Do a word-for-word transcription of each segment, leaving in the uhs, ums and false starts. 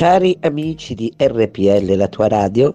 Cari amici di R P L, la tua radio,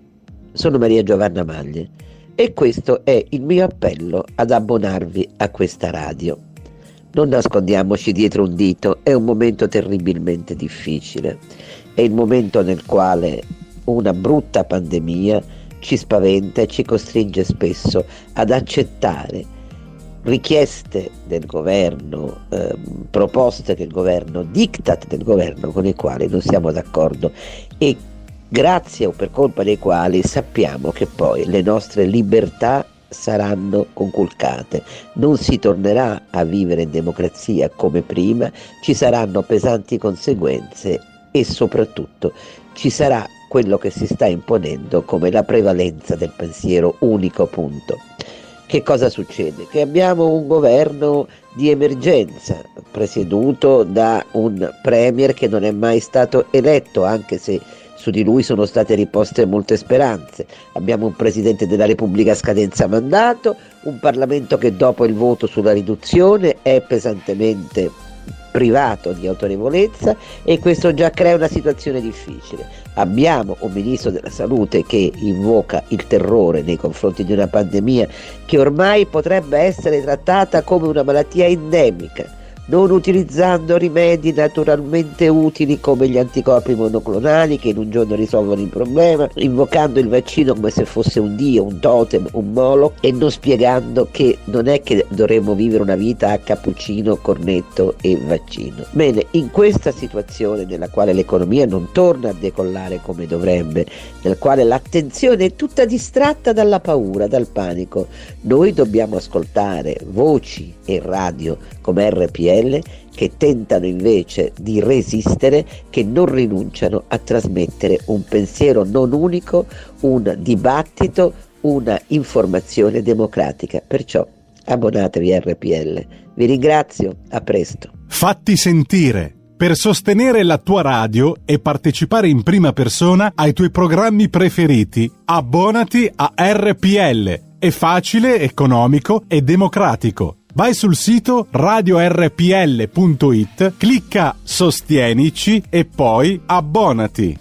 sono Maria Giovanna Maglie e questo è il mio appello ad abbonarvi a questa radio. Non nascondiamoci dietro un dito, è un momento terribilmente difficile, è il momento nel quale una brutta pandemia ci spaventa e ci costringe spesso ad accettare richieste del governo, eh, proposte del governo, diktat del governo con i quali non siamo d'accordo e grazie o per colpa dei quali sappiamo che poi le nostre libertà saranno conculcate, non si tornerà a vivere in democrazia come prima, ci saranno pesanti conseguenze e soprattutto ci sarà quello che si sta imponendo come la prevalenza del pensiero unico, punto. Che cosa succede? Che abbiamo un governo di emergenza presieduto da un premier che non è mai stato eletto, anche se su di lui sono state riposte molte speranze. Abbiamo un Presidente della Repubblica a scadenza mandato, un Parlamento che dopo il voto sulla riduzione è pesantemente privato di autorevolezza e questo già crea una situazione difficile. Abbiamo un ministro della salute che invoca il terrore nei confronti di una pandemia che ormai potrebbe essere trattata come una malattia endemica, non utilizzando rimedi naturalmente utili come gli anticorpi monoclonali che in un giorno risolvono il problema, invocando il vaccino come se fosse un dio, un totem, un moloch e non spiegando che non è che dovremmo vivere una vita a cappuccino, cornetto e vaccino. Bene, in questa situazione nella quale l'economia non torna a decollare come dovrebbe, nel quale l'attenzione è tutta distratta dalla paura, dal panico, noi dobbiamo ascoltare voci e radio come R P L che tentano invece di resistere, che non rinunciano a trasmettere un pensiero non unico, un dibattito, una informazione democratica. Perciò abbonatevi a R P L. Vi ringrazio, a presto. Fatti sentire. Per sostenere la tua radio e partecipare in prima persona ai tuoi programmi preferiti, abbonati a R P L. È facile, economico e democratico. Vai sul sito radio erre pi elle punto it, clicca Sostienici e poi abbonati.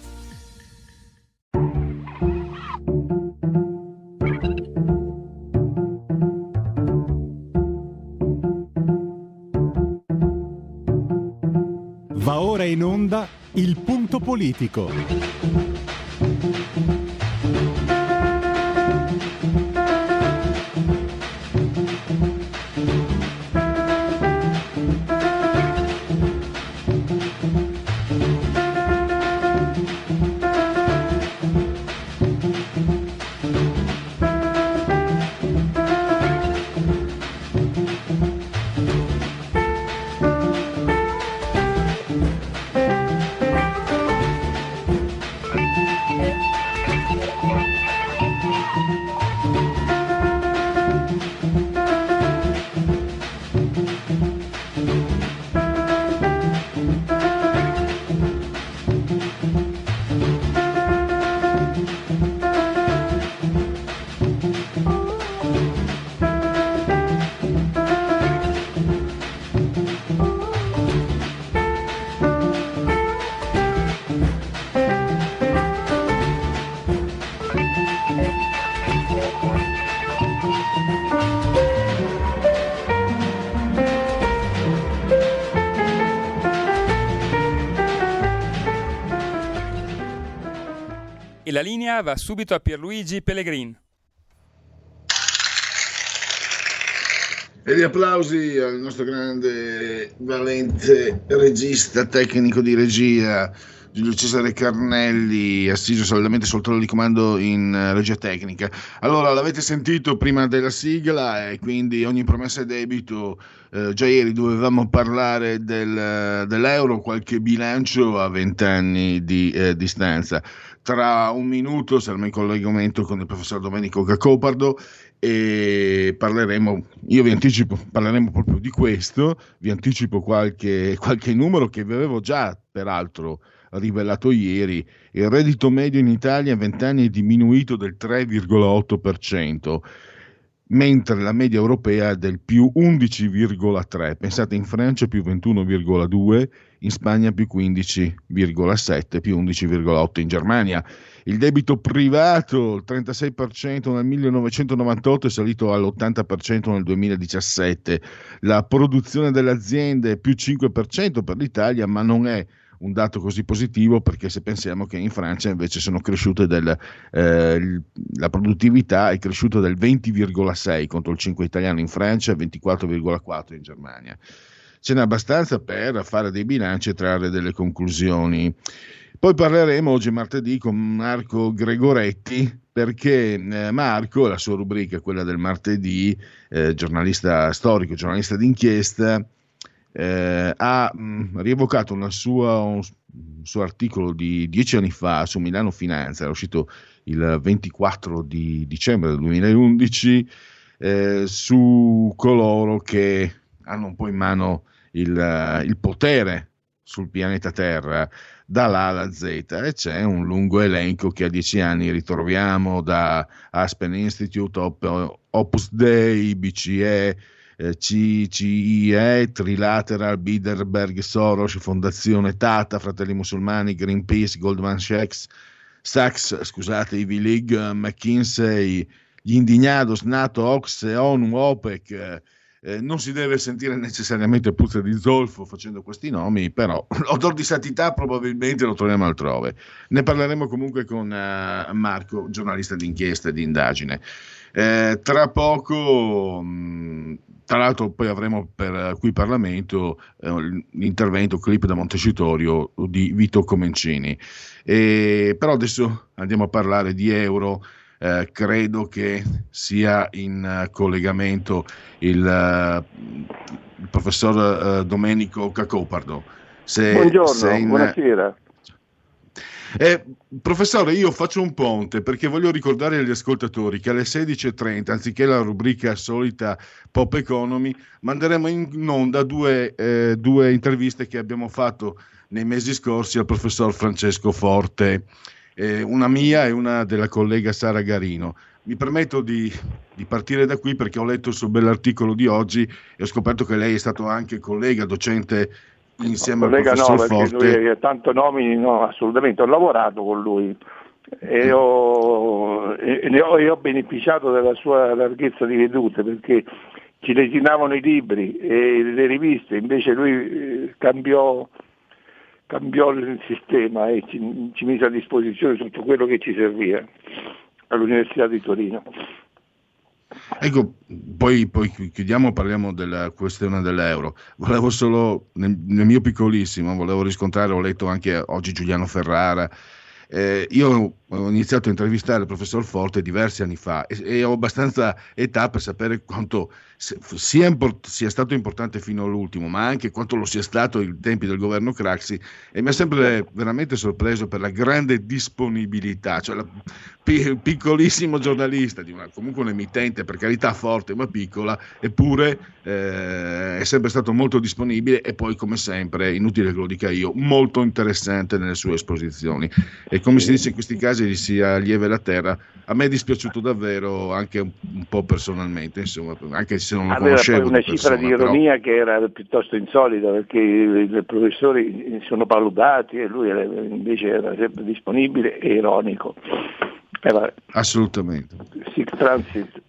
Va ora in onda Il Punto Politico. E la linea va subito a Pierluigi Pellegrin. E gli applausi al nostro grande valente regista, tecnico di regia Giulio Cesare Carnelli, assiso saldamente sul trono di comando in uh, regia tecnica. Allora, l'avete sentito prima della sigla e quindi ogni promessa è debito. Uh, già ieri dovevamo parlare del, dell'euro, qualche bilancio a vent'anni di uh, distanza. Tra un minuto saremo in collegamento con il professor Domenico Cacopardo e parleremo, io vi anticipo, parleremo proprio di questo, vi anticipo qualche, qualche numero che vi avevo già peraltro rivelato ieri. Il reddito medio in Italia in venti anni è diminuito del tre virgola otto per cento. mentre la media europea è del più undici virgola tre. Pensate, in Francia più ventuno virgola due, in Spagna più quindici virgola sette, più undici virgola otto in Germania. Il debito privato, il trentasei per cento nel millenovecentonovantotto, è salito all'ottanta per cento nel duemiladiciassette. La produzione delle aziende più cinque per cento per l'Italia, ma non è un dato così positivo, perché se pensiamo che in Francia invece sono cresciute del, eh, la produttività è cresciuta del venti virgola sei contro il cinque italiano in Francia e ventiquattro virgola quattro in Germania. Ce n'è abbastanza per fare dei bilanci e trarre delle conclusioni. Poi parleremo oggi martedì con Marco Gregoretti, perché eh, Marco, la sua rubrica, quella del martedì, eh, giornalista storico, giornalista d'inchiesta, eh, ha mh, rievocato una sua, un, un suo articolo di dieci anni fa su Milano Finanza, era uscito il ventiquattro di dicembre del duemilaundici, eh, su coloro che hanno un po' in mano il, il potere sul pianeta Terra dall'A alla Z, e c'è un lungo elenco che a dieci anni ritroviamo da Aspen Institute, Op- Opus Dei, B C E, eh, C C I E, Trilateral, Bilderberg, Soros, Fondazione Tata, Fratelli Musulmani, Greenpeace, Goldman Sachs, Sachs, scusate, Ivy League, McKinsey, gli Indignados, NATO, Ocse, ONU, OPEC. Eh, non si deve sentire necessariamente puzza di zolfo facendo questi nomi, però l'odor di santità probabilmente lo troviamo altrove. Ne parleremo comunque con uh, Marco, giornalista d'inchiesta e di indagine. Eh, tra poco, mh, tra l'altro poi avremo per qui Parlamento eh, l'intervento clip da Montecitorio di Vito Comencini. Eh, però adesso andiamo a parlare di euro. Eh, credo che sia in uh, collegamento il, uh, il professor uh, Domenico Cacopardo. Se, Buongiorno, se in... buonasera. Eh, professore, io faccio un ponte perché voglio ricordare agli ascoltatori che alle sedici e trenta, anziché la rubrica solita Pop Economy, manderemo in onda due, eh, due interviste che abbiamo fatto nei mesi scorsi al professor Francesco Forte. Eh, una mia e una della collega Sara Garino. Mi permetto di, di partire da qui perché ho letto il suo bell'articolo di oggi e ho scoperto che lei è stato anche collega, docente insieme collega al professor no, Forte. perché lui ha tanto nomi, no, assolutamente. Ho lavorato con lui e ho, e, ne ho, e ho beneficiato della sua larghezza di vedute, perché ci lesinavano i libri e le riviste, invece lui eh, cambiò cambiò il sistema e ci, ci mise a disposizione tutto quello che ci serviva all'Università di Torino. Ecco, poi, poi chiudiamo, parliamo della questione dell'euro. Volevo solo, nel, nel mio piccolissimo, volevo riscontrare, ho letto anche oggi Giuliano Ferrara. Eh, io ho iniziato a intervistare il professor Forte diversi anni fa e, e ho abbastanza età per sapere quanto sia, import- sia stato importante fino all'ultimo, ma anche quanto lo sia stato ai tempi del governo Craxi, e mi ha sempre veramente sorpreso per la grande disponibilità, cioè la pi- piccolissimo giornalista, di una, comunque un emittente per carità forte ma piccola, eppure eh, è sempre stato molto disponibile e poi, come sempre, inutile che lo dica io, molto interessante nelle sue esposizioni. E come si dice in questi casi, gli sia lieve la terra. A me è dispiaciuto davvero, anche un, un po' personalmente, insomma, anche se non lo Aveva conoscevo poi una di persona, cifra di ironia però... che era piuttosto insolita, perché i professori sono paludati e lui era, invece era sempre disponibile e ironico. Era Assolutamente. Sic transit.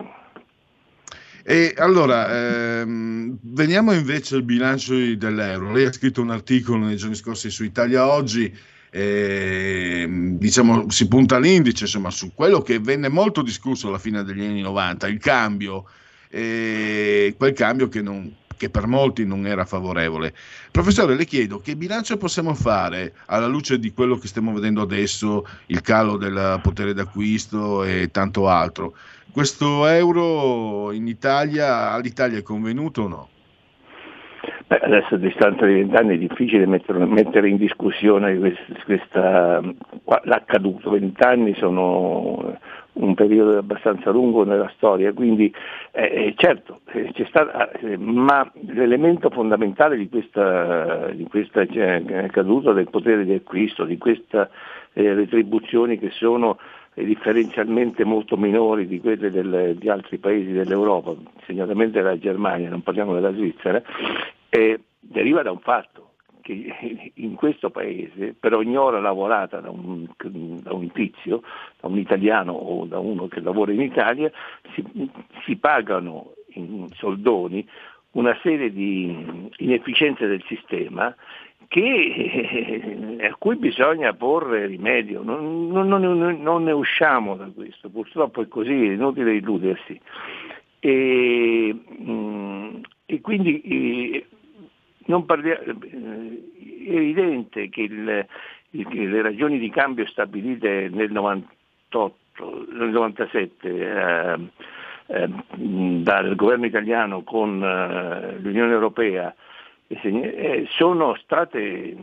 E allora, ehm, veniamo invece al bilancio dell'euro. Lei ha scritto un articolo nei giorni scorsi su Italia Oggi, eh, diciamo, si punta l'indice, insomma, su quello che venne molto discusso alla fine degli anni novanta, il cambio, eh, quel cambio che, non, che per molti non era favorevole. Professore, le chiedo che bilancio possiamo fare alla luce di quello che stiamo vedendo adesso, il calo del potere d'acquisto e tanto altro. Questo euro in Italia, all'Italia è convenuto o no? Beh, adesso a distanza di vent'anni è difficile mettere, mettere in discussione questa, questa, l'accaduto. Vent'anni sono un periodo abbastanza lungo nella storia, quindi eh, certo c'è stata, eh, ma l'elemento fondamentale di questa, di questa cioè, caduta del potere di acquisto, di queste eh, retribuzioni che sono e differenzialmente molto minori di quelle del, di altri paesi dell'Europa, segnatamente della Germania, non parliamo della Svizzera, eh, deriva da un fatto, che in questo paese per ogni ora lavorata da un, da un tizio, da un italiano o da uno che lavora in Italia, si, si pagano in soldoni una serie di inefficienze del sistema che, a cui bisogna porre rimedio. Non, non, non, non ne usciamo da questo, purtroppo è così, è inutile illudersi. E, e quindi non parliamo, è evidente che il, il, le ragioni di cambio stabilite nel novantotto, nel novantasette eh, eh, dal governo italiano con eh, l'Unione Europea eh, sono state eh,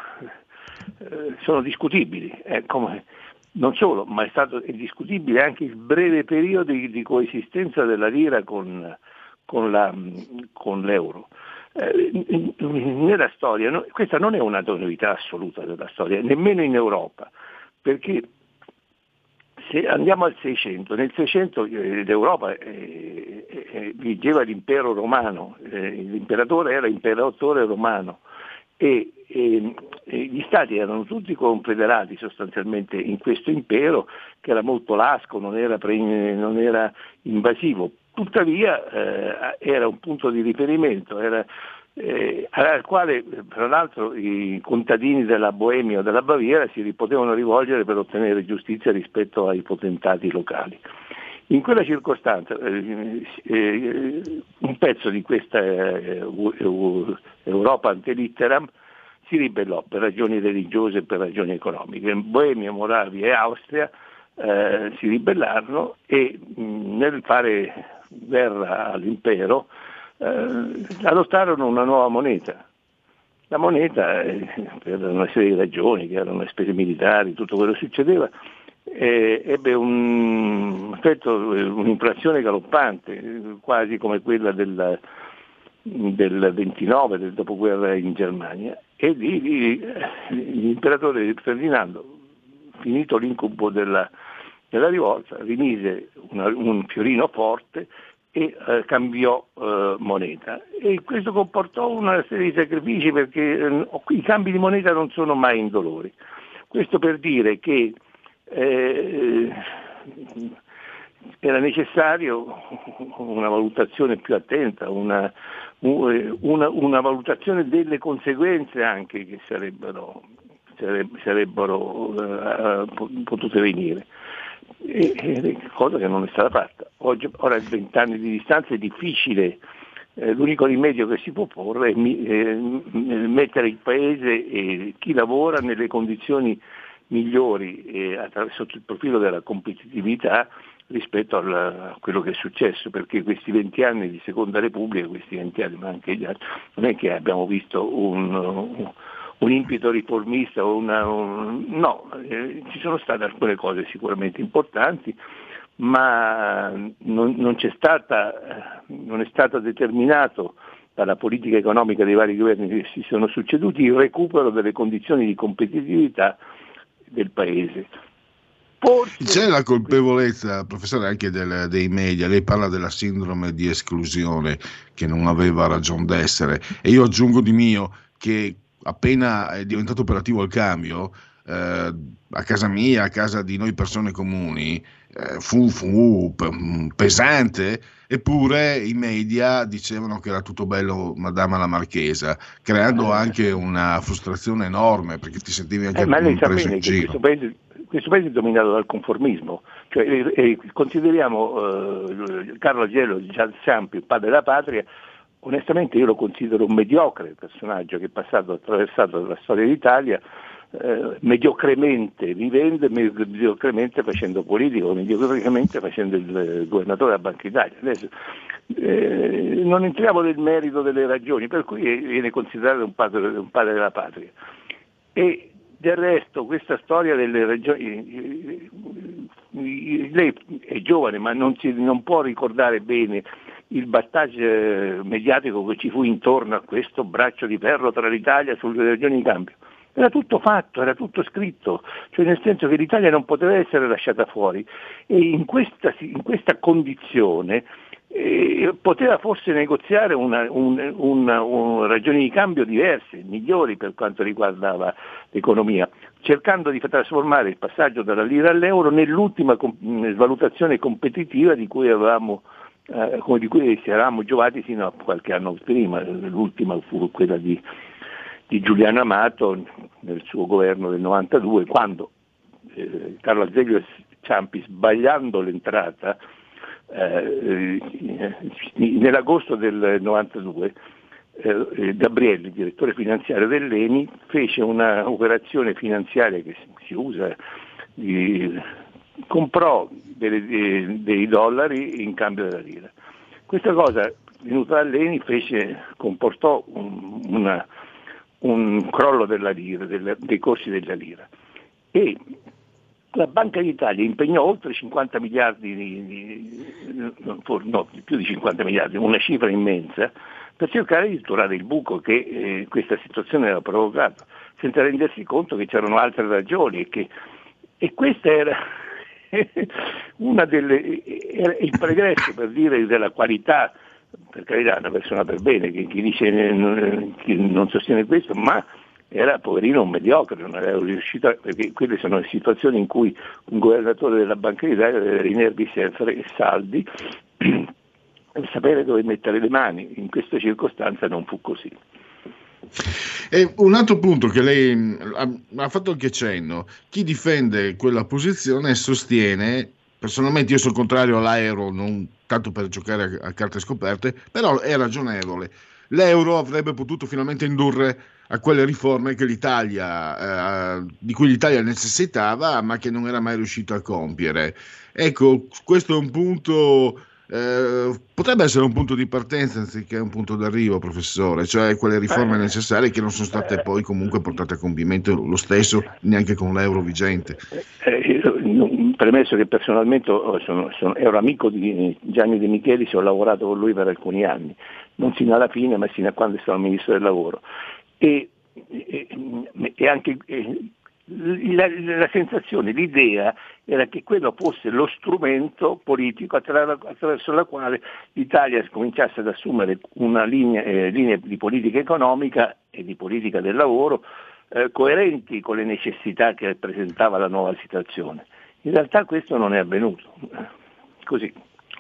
sono discutibili, eh, come, non solo, ma è stato è discutibile anche il breve periodo di, di coesistenza della lira con, con, la, con l'euro. Eh, nella storia, no, questa non è una novità assoluta della storia, nemmeno in Europa, perché se andiamo al Seicento, nel Seicento eh, l'Europa eh, eh, vigeva l'impero romano, eh, l'imperatore era imperatore romano e, e, e gli stati erano tutti confederati sostanzialmente in questo impero che era molto lasco, non era, pre, non era invasivo. Tuttavia eh, era un punto di riferimento, era, eh, al quale tra l'altro i contadini della Boemia o della Baviera si potevano rivolgere per ottenere giustizia rispetto ai potentati locali. In quella circostanza eh, eh, un pezzo di questa eh, Europa ante litteram si ribellò per ragioni religiose e per ragioni economiche. Boemia, Moravia e Austria eh, si ribellarono e mh, nel fare guerra all'impero eh, adottarono una nuova moneta. La moneta, eh, per una serie di ragioni, che erano le spese militari, tutto quello che succedeva, eh, ebbe un effetto, un'inflazione galoppante, quasi come quella del, del ventinove, del dopoguerra in Germania, e lì, lì l'imperatore Ferdinando, finito l'incubo della della rivolta, rimise una, un fiorino forte e eh, cambiò eh, moneta. E questo comportò una serie di sacrifici perché eh, i cambi di moneta non sono mai indolori. Questo per dire che eh, era necessario una valutazione più attenta, una, una, una valutazione delle conseguenze anche che sarebbero, sarebbero uh, potute venire. E, e, cosa che non è stata fatta. Oggi, ora, a vent'anni di distanza è difficile, eh, l'unico rimedio che si può porre è mi, eh, mettere il paese e chi lavora nelle condizioni migliori eh, attraverso il profilo della competitività rispetto al, a quello che è successo, perché questi venti anni di Seconda Repubblica, questi venti anni, ma anche gli altri, non è che abbiamo visto un, un un impeto riformista o una, un, no, eh, ci sono state alcune cose sicuramente importanti, ma non, non c'è stata, non è stato determinato dalla politica economica dei vari governi che si sono succeduti il recupero delle condizioni di competitività del paese. Forse... C'è la colpevolezza, professore, anche del, dei media. Lei parla della sindrome di esclusione che non aveva ragion d'essere, e io aggiungo di mio che appena è diventato operativo il cambio, eh, a casa mia, a casa di noi persone comuni, eh, fu, fu pesante, eppure i media dicevano che era tutto bello Madama la Marchesa, creando anche una frustrazione enorme, perché ti sentivi anche eh, ma lei sa preso bene in che giro. Questo paese, questo paese è dominato dal conformismo, cioè, eh, eh, consideriamo eh, Carlo Agello di Ciampi, il padre della patria. Onestamente io lo considero un mediocre personaggio che è passato attraversato dalla storia d'Italia, eh, mediocremente vivendo, mediocremente facendo politico, mediocremente facendo il governatore della Banca d'Italia. Adesso eh, non entriamo nel merito delle ragioni per cui viene considerato un padre, un padre della patria. E del resto questa storia delle regioni, lei è giovane ma non, si, non può ricordare bene il battage mediatico che ci fu intorno a questo braccio di ferro tra l'Italia sulle regioni di cambio. Era tutto fatto, era tutto scritto, cioè nel senso che l'Italia non poteva essere lasciata fuori e in questa, in questa condizione eh, poteva forse negoziare una, un, una, una ragioni di cambio diverse, migliori per quanto riguardava l'economia, cercando di trasformare il passaggio dalla lira all'euro nell'ultima com- valutazione competitiva di cui avevamo eh, come di cui ci eravamo giovati fino a qualche anno prima. L'ultima fu quella di di Giuliano Amato nel suo governo del novantadue, quando eh, Carlo Azeglio Ciampi, sbagliando l'entrata eh, nell'agosto del novantadue, eh, Gabrielli, direttore finanziario dell'E N I, fece una operazione finanziaria che si usa, di, comprò delle, dei, dei dollari in cambio della lira. Questa cosa venuta dall'E N I fece, comportò un, una un crollo della lira, delle, dei corsi della lira, e la Banca d'Italia impegnò oltre cinquanta miliardi, di, di, no, più di cinquanta miliardi, una cifra immensa, per cercare di sturare il buco che eh, questa situazione aveva provocato, senza rendersi conto che c'erano altre ragioni e che e questa era una delle era il pregresso, per dire, della qualità. Per carità, una persona per bene, che chi dice non, chi non sostiene questo, ma era poverino un mediocre, non aveva riuscito, perché quelle sono le situazioni in cui un governatore della Banca d'Italia deve avere i nervi sempre saldi e sapere dove mettere le mani. In questa circostanza non fu così. E un altro punto che lei ha, ha fatto anche cenno: chi difende quella posizione sostiene, personalmente io sono contrario all'euro, non tanto per giocare a, a carte scoperte, però è ragionevole. L'euro avrebbe potuto finalmente indurre a quelle riforme che l'Italia, eh, di cui l'Italia necessitava, ma che non era mai riuscito a compiere. Ecco, questo è un punto, eh, potrebbe essere un punto di partenza anziché un punto d'arrivo, professore, cioè quelle riforme necessarie che non sono state poi comunque portate a compimento lo stesso, neanche con l'euro vigente. Eh, premesso che personalmente sono, sono, ero amico di Gianni De Michelis, ho lavorato con lui per alcuni anni, non sino alla fine, ma sino a quando è stato ministro del lavoro. E, e, e anche e, la, la sensazione, l'idea era che quello fosse lo strumento politico attraverso, attraverso la quale l'Italia cominciasse ad assumere una linea, eh, linea di politica economica e di politica del lavoro eh, coerenti con le necessità che presentava la nuova situazione. In realtà questo non è avvenuto. Così.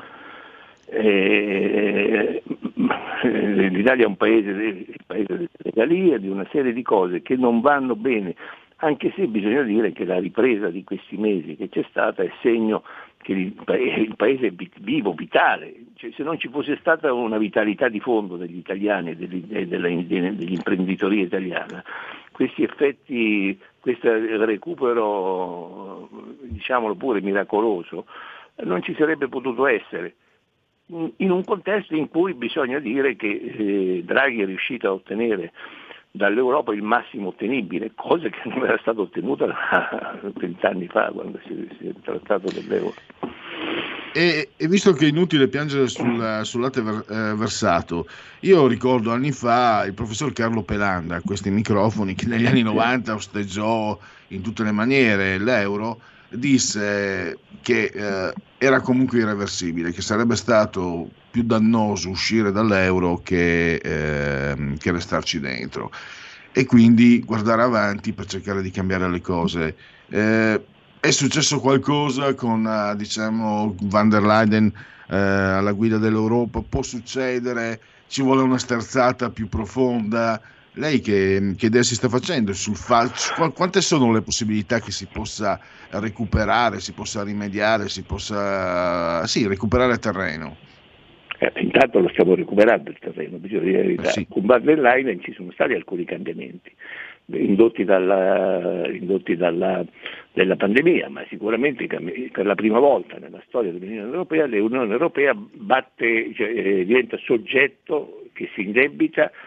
Eh, l'Italia è un paese, il paese delle regalie, di una serie di cose che non vanno bene, anche se bisogna dire che la ripresa di questi mesi che c'è stata è segno che il paese, il paese è vivo, vitale. Cioè, se non ci fosse stata una vitalità di fondo degli italiani e degli, della, dell'imprenditoria italiana, questi effetti, questo recupero, diciamolo pure, miracoloso, non ci sarebbe potuto essere. In un contesto in cui bisogna dire che eh, Draghi è riuscito a ottenere dall'Europa il massimo ottenibile, cosa che non era stata ottenuta vent'anni fa quando si, si è trattato dell'euro. E, e visto che è inutile piangere sul, sul latte ver, eh, versato, io ricordo anni fa il professor Carlo Pelanda a questi microfoni, che negli anni novanta osteggiò in tutte le maniere l'euro, disse che eh, era comunque irreversibile, che sarebbe stato più dannoso uscire dall'euro che, eh, che restarci dentro, e quindi guardare avanti per cercare di cambiare le cose. Eh, è successo qualcosa con uh, diciamo van der Leyen eh, alla guida dell'Europa? Può succedere? Ci vuole una sterzata più profonda? Lei che, che idea si sta facendo sul fa- quante sono le possibilità che si possa recuperare, si possa rimediare, si possa sì, recuperare terreno? Eh, intanto lo stiamo recuperando il terreno, bisogna dire la verità. Eh sì. Con van der Leyen ci sono stati alcuni cambiamenti indotti dalla, indotti dalla, dalla pandemia, ma sicuramente per la prima volta nella storia dell'Unione Europea l'Unione Europea batte, cioè, diventa soggetto che si indebita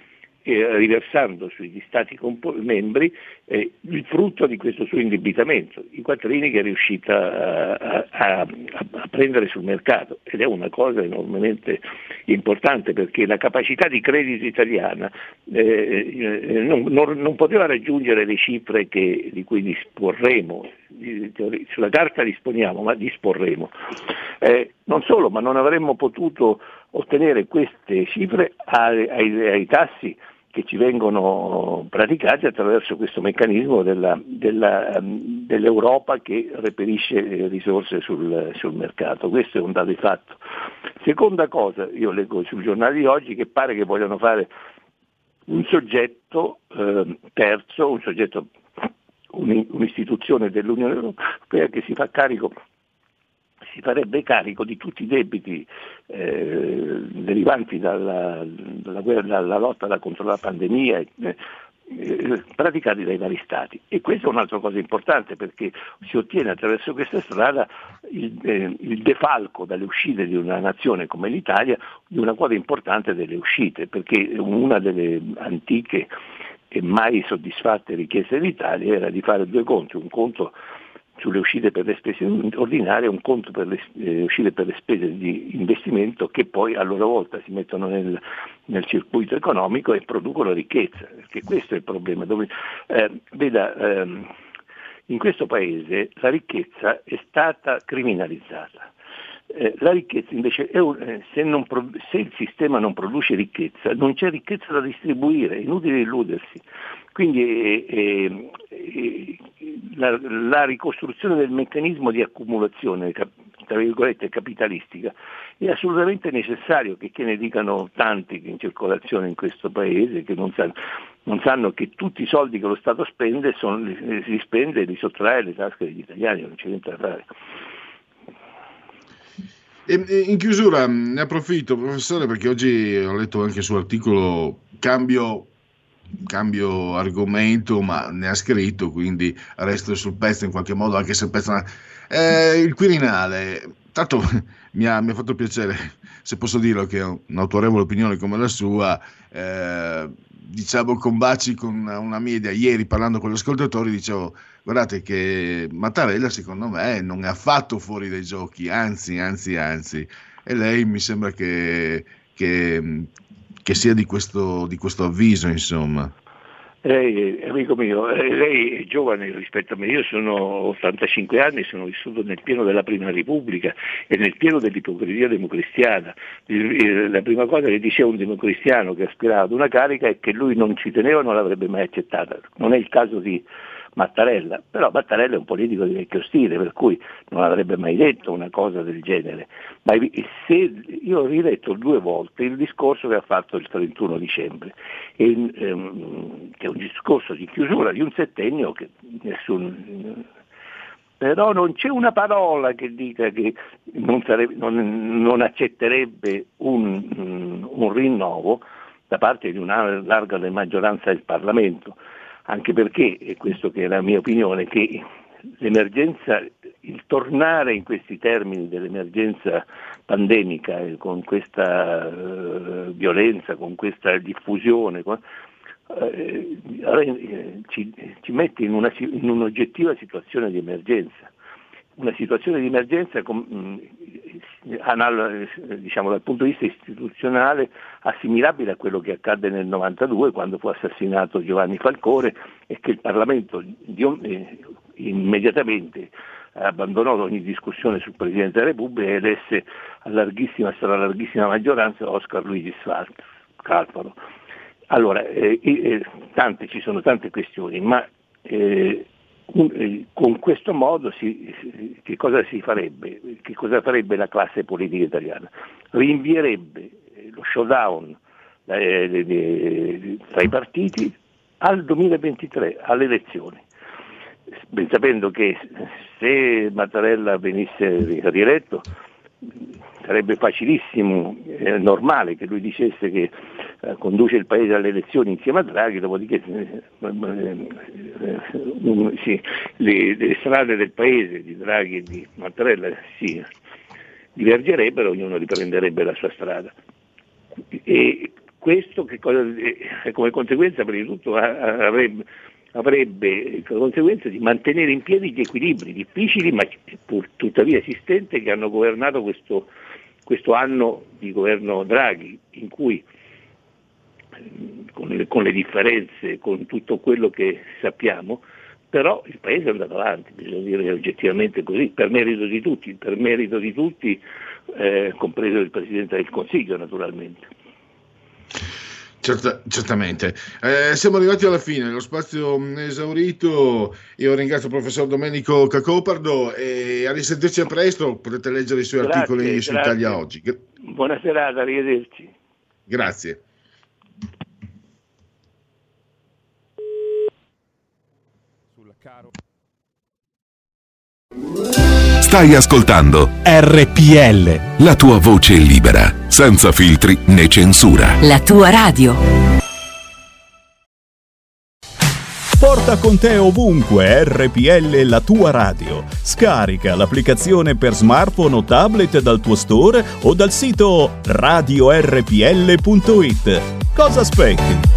eh, riversando sugli Stati compo- membri eh, il frutto di questo suo indebitamento, i quattrini che è riuscita a, a, a prendere sul mercato, ed è una cosa enormemente importante, perché la capacità di credito italiana eh, eh, non, non, non poteva raggiungere le cifre che, di cui disporremo, sulla carta disponiamo, ma disporremo. Eh, non solo, ma non avremmo potuto ottenere queste cifre ai, ai, ai tassi che ci vengono praticati attraverso questo meccanismo della, della, dell'Europa che reperisce risorse sul, sul mercato. Questo è un dato di fatto. Seconda cosa, io leggo sul giornale di oggi che pare che vogliano fare un soggetto eh, terzo, un soggetto, un'istituzione dell'Unione Europea che si fa carico si farebbe carico di tutti i debiti eh, derivanti dalla, dalla, guerra, dalla lotta contro la pandemia eh, eh, praticati dai vari Stati. E questa è un'altra cosa importante, perché si ottiene attraverso questa strada il, eh, il defalco dalle uscite di una nazione come l'Italia di una quota importante delle uscite, perché una delle antiche e mai soddisfatte richieste dell'Italia era di fare due conti, un conto sulle uscite per le spese ordinarie, un conto per le eh, uscite per le spese di investimento, che poi a loro volta si mettono nel, nel circuito economico e producono ricchezza, perché questo è il problema. Dove, eh, veda, ehm, in questo paese la ricchezza è stata criminalizzata. Eh, la ricchezza invece è un, eh, se, non pro, se il sistema non produce ricchezza, non c'è ricchezza da distribuire, è inutile illudersi. Quindi eh, eh, eh, la, la ricostruzione del meccanismo di accumulazione, tra virgolette, capitalistica è assolutamente necessario, che, che ne dicano tanti in circolazione in questo paese, che non sanno, non sanno che tutti i soldi che lo Stato spende sono, si spende e li sottrae alle tasche degli italiani, non c'è niente da fare. E in chiusura ne approfitto, professore, perché oggi ho letto anche il suo articolo, cambio, cambio argomento, ma ne ha scritto, quindi resto sul pezzo in qualche modo, anche se il pezzo... Eh, il Quirinale, tanto mi ha, mi ha fatto piacere, se posso dirlo, che ho un'autorevole opinione come la sua, eh, diciamo combaci con una, una media. Ieri parlando con gli ascoltatori dicevo, guardate che Mattarella secondo me non è affatto fuori dai giochi, anzi, anzi, anzi, e lei mi sembra che, che, che sia di questo, di questo avviso, insomma. Lei, amico mio, lei è giovane rispetto a me, io sono ottantacinque anni, sono vissuto nel pieno della Prima Repubblica e nel pieno dell'ipocrisia democristiana. La prima cosa che diceva un democristiano che aspirava ad una carica è che lui non ci teneva, non l'avrebbe mai accettata. Non è il caso di Mattarella, però Mattarella è un politico di vecchio stile, per cui non avrebbe mai detto una cosa del genere. Ma se, io ho riletto due volte il discorso che ha fatto il trentuno dicembre, e, ehm, che è un discorso di chiusura di un settennio che nessun... Però non c'è una parola che dica che non, sarebbe, non, non accetterebbe un, un rinnovo da parte di una larga maggioranza del Parlamento. Anche perché, e questo che è la mia opinione, che l'emergenza, il tornare in questi termini dell'emergenza pandemica, eh, con questa eh, violenza, con questa diffusione, con, eh, ci, ci mette in, una, in un'oggettiva situazione di emergenza. Una situazione di emergenza com, anal, diciamo, dal punto di vista istituzionale assimilabile a quello che accadde nel novantadue, quando fu assassinato Giovanni Falcone e che il Parlamento di, eh, immediatamente abbandonò ogni discussione sul Presidente della Repubblica e elesse a larghissima, a larghissima maggioranza Oscar Luigi Scalfaro. Allora, eh, eh, tante, ci sono tante questioni, ma eh, con questo modo si, che cosa si farebbe? Che cosa farebbe la classe politica italiana? Rinvierebbe lo showdown tra i partiti al duemilaventitré, alle elezioni, ben sapendo che se Mattarella venisse rieletto sarebbe facilissimo, è normale che lui dicesse che eh, conduce il paese alle elezioni insieme a Draghi, dopodiché eh, eh, sì, le, le strade del paese di Draghi e di Mattarella si divergerebbero, ognuno riprenderebbe la sua strada. E questo che cosa, eh, come conseguenza prima di tutto avrebbe, avrebbe la conseguenza di mantenere in piedi gli equilibri difficili ma pur tuttavia esistenti che hanno governato questo, questo anno di governo Draghi, in cui con le, con le differenze, con tutto quello che sappiamo, però il Paese è andato avanti, bisogna dire oggettivamente così, per merito di tutti, per merito di tutti, eh, compreso il Presidente del Consiglio naturalmente. Certa, certamente. Eh, siamo arrivati alla fine, lo spazio è esaurito. Io ringrazio il professor Domenico Cacopardo e a risentirci a presto, potete leggere i suoi Grazie, articoli su grazie. Italia Oggi. Buona serata, arrivederci. Grazie. Stai ascoltando R P L, la tua voce libera, senza filtri né censura. La tua radio. Porta con te ovunque R P L, la tua radio. Scarica l'applicazione per smartphone o tablet dal tuo store o dal sito radio r p l punto i t. Cosa aspetti?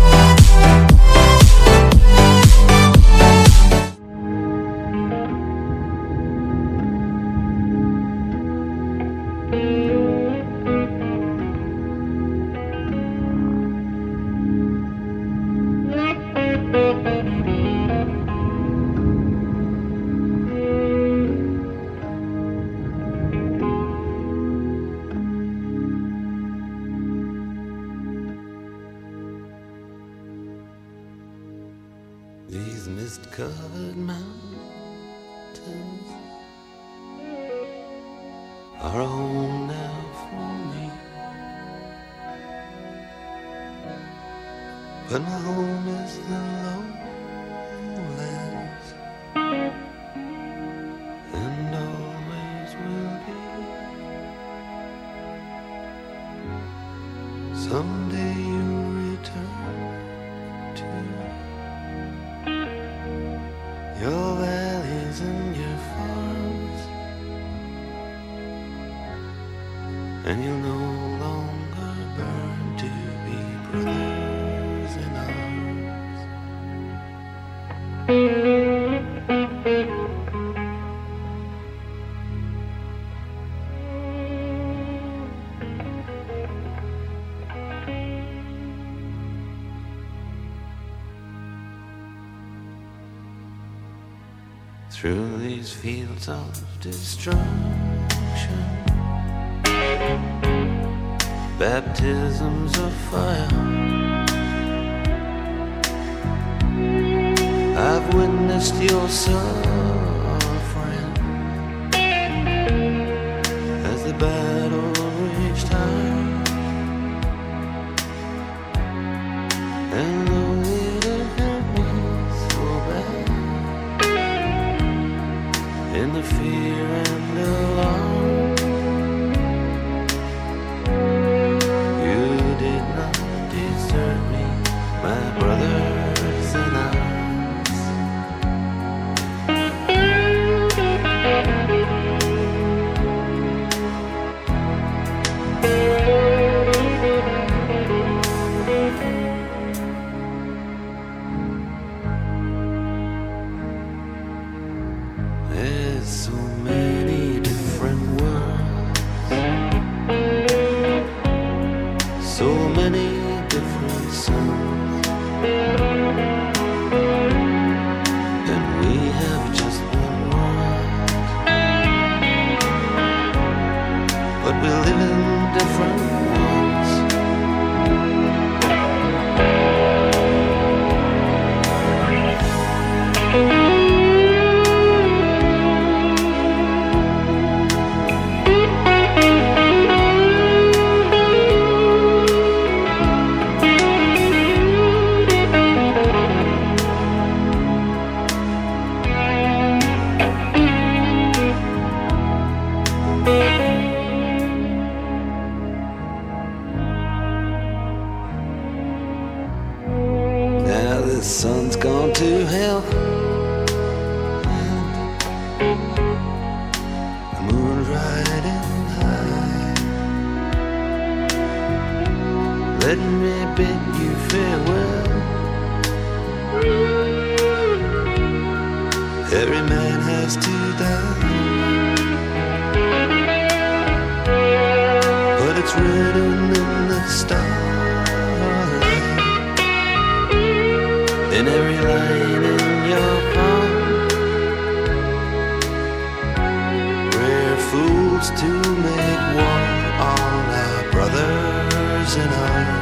Through these fields of destruction, baptisms of fire, I've witnessed your suffering as the battle reached high, and though it had hurt me so bad, in the fear and alarm, you did not desert me, my brothers in arms. There's so many different worlds, so many different suns, and we have just one world, but we live in different worlds. bid you farewell. Every man has to die, but it's written in the stars, in every line in your palm. We're fools to make war on our brothers in arms.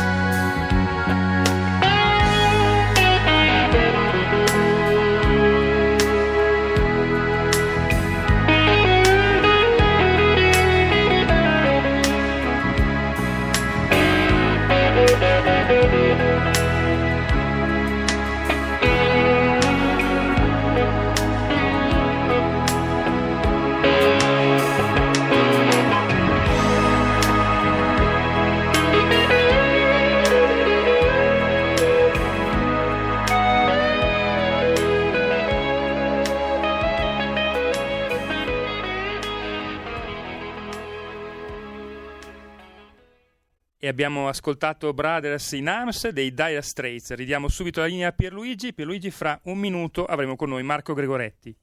E abbiamo ascoltato Brothers in Arms dei Dire Straits. Ridiamo subito la linea a Pierluigi. Pierluigi, fra un minuto avremo con noi Marco Gregoretti.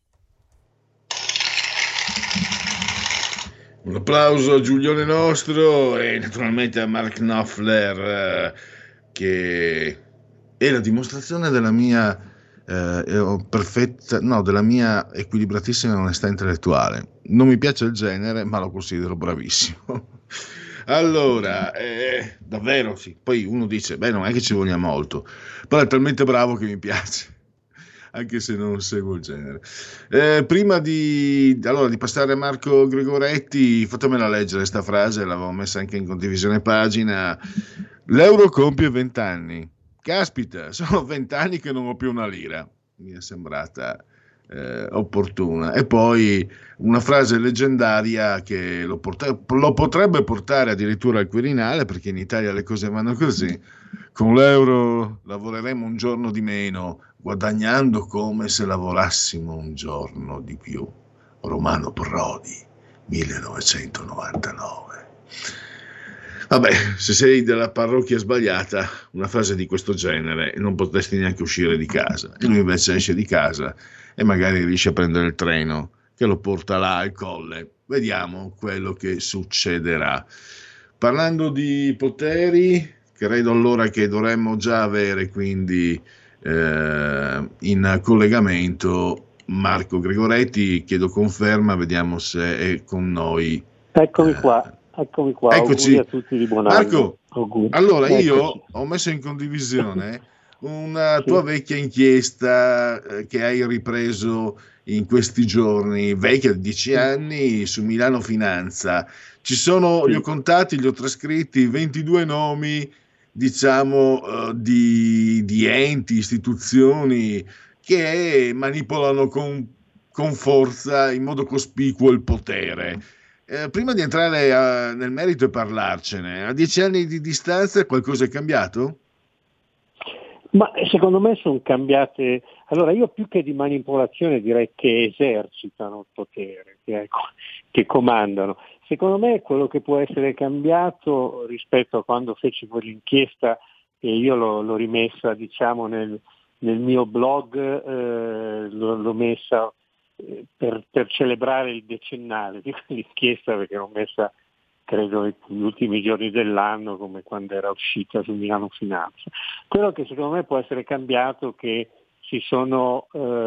Un applauso a Giulione nostro e naturalmente a Mark Knopfler, eh, che è la dimostrazione della mia eh, perfetta, no, della mia equilibratissima onestà intellettuale. Non mi piace il genere, ma lo considero bravissimo. Allora, eh, davvero sì. Poi uno dice, beh, non è che ci voglia molto, però è talmente bravo che mi piace, anche se non seguo il genere. Eh, prima di, allora, di passare a Marco Gregoretti, fatemela leggere questa frase, l'avevo messa anche in condivisione pagina. L'euro compie vent'anni. Caspita, sono vent'anni che non ho più una lira. Mi è sembrata eh, opportuna. E poi una frase leggendaria che lo, porta- lo potrebbe portare addirittura al Quirinale, perché in Italia le cose vanno così: con l'euro lavoreremo un giorno di meno, guadagnando come se lavorassimo un giorno di più. Romano Prodi, millenovecentonovantanove. Vabbè, se sei della parrocchia sbagliata, una frase di questo genere non potresti neanche uscire di casa. E lui invece esce di casa e magari riesce a prendere il treno che lo porta là al Colle. Vediamo quello che succederà. Parlando di poteri, credo allora che dovremmo già avere quindi eh, in collegamento Marco Gregoretti. Chiedo conferma, vediamo se è con noi. Eccomi eh, qua. Eccomi qua, Eccoci. auguri a tutti di buon anno. Marco, Auguri. allora Eccoci. io ho messo in condivisione una tua vecchia inchiesta eh, che hai ripreso in questi giorni, vecchia di dieci anni, su Milano Finanza. Ci sono, Sì. li ho contati, li ho trascritti, ventidue nomi, diciamo, eh, di, di enti, istituzioni che manipolano con, con forza, in modo cospicuo, il potere. Eh, prima di entrare a, nel merito e parlarcene, a dieci anni di distanza qualcosa è cambiato? Ma secondo me sono cambiate. Allora, io più che di manipolazione direi che esercitano il potere, che, che comandano. Secondo me quello che può essere cambiato rispetto a quando feci quell'inchiesta, e io l'ho, l'ho rimessa diciamo nel, nel mio blog, eh, l'ho, l'ho messa Per, per celebrare il decennale di quell'inchiesta, perché l'ho messa credo negli ultimi giorni dell'anno, come quando era uscita su Milano Finanza. Quello che secondo me può essere cambiato è che ci sono,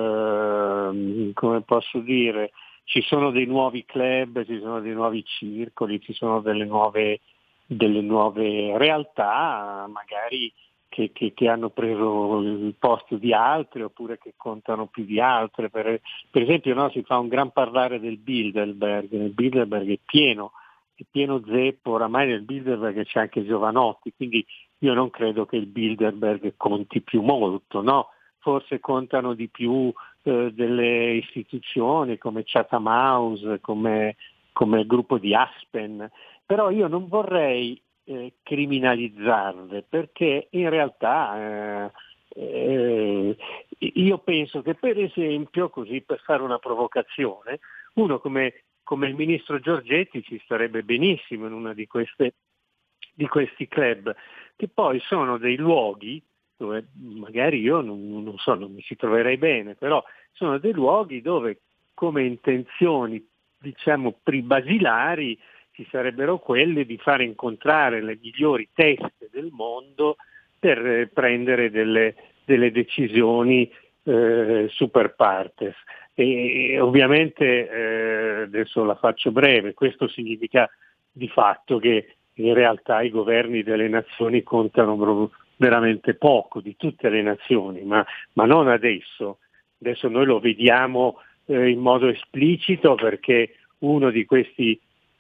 eh, come posso dire, ci sono dei nuovi club, ci sono dei nuovi circoli, ci sono delle nuove, delle nuove realtà, magari Che, che, che hanno preso il posto di altre, oppure che contano più di altre. Per, per esempio, no, si fa un gran parlare del Bilderberg. Nel Bilderberg è pieno, è pieno zeppo, oramai nel Bilderberg c'è anche Giovanotti, quindi io non credo che il Bilderberg conti più molto, no? Forse contano di più eh, delle istituzioni come Chatham House, come, come il gruppo di Aspen, però io non vorrei Eh, criminalizzarle, perché in realtà eh, eh, io penso che, per esempio, così per fare una provocazione, uno come, come il ministro Giorgetti ci starebbe benissimo in una di queste di questi club, che poi sono dei luoghi dove magari io non, non so, non mi ci troverei bene, però sono dei luoghi dove come intenzioni, diciamo, basilari ci sarebbero quelle di far incontrare le migliori teste del mondo per eh, prendere delle, delle decisioni eh, super partes. E, e ovviamente eh, adesso la faccio breve, questo significa di fatto che in realtà i governi delle nazioni contano veramente poco, di tutte le nazioni, ma, ma non adesso. Adesso noi lo vediamo eh, in modo esplicito perché uno di questi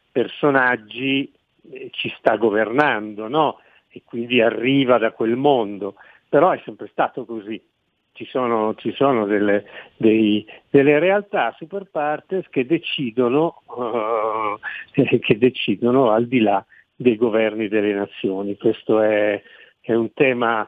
personaggi eh, ci sta governando, no? E quindi arriva da quel mondo, però è sempre stato così. Ci sono, ci sono delle, dei, delle realtà super partes che decidono, uh, che decidono al di là dei governi delle nazioni. Questo è, è un tema,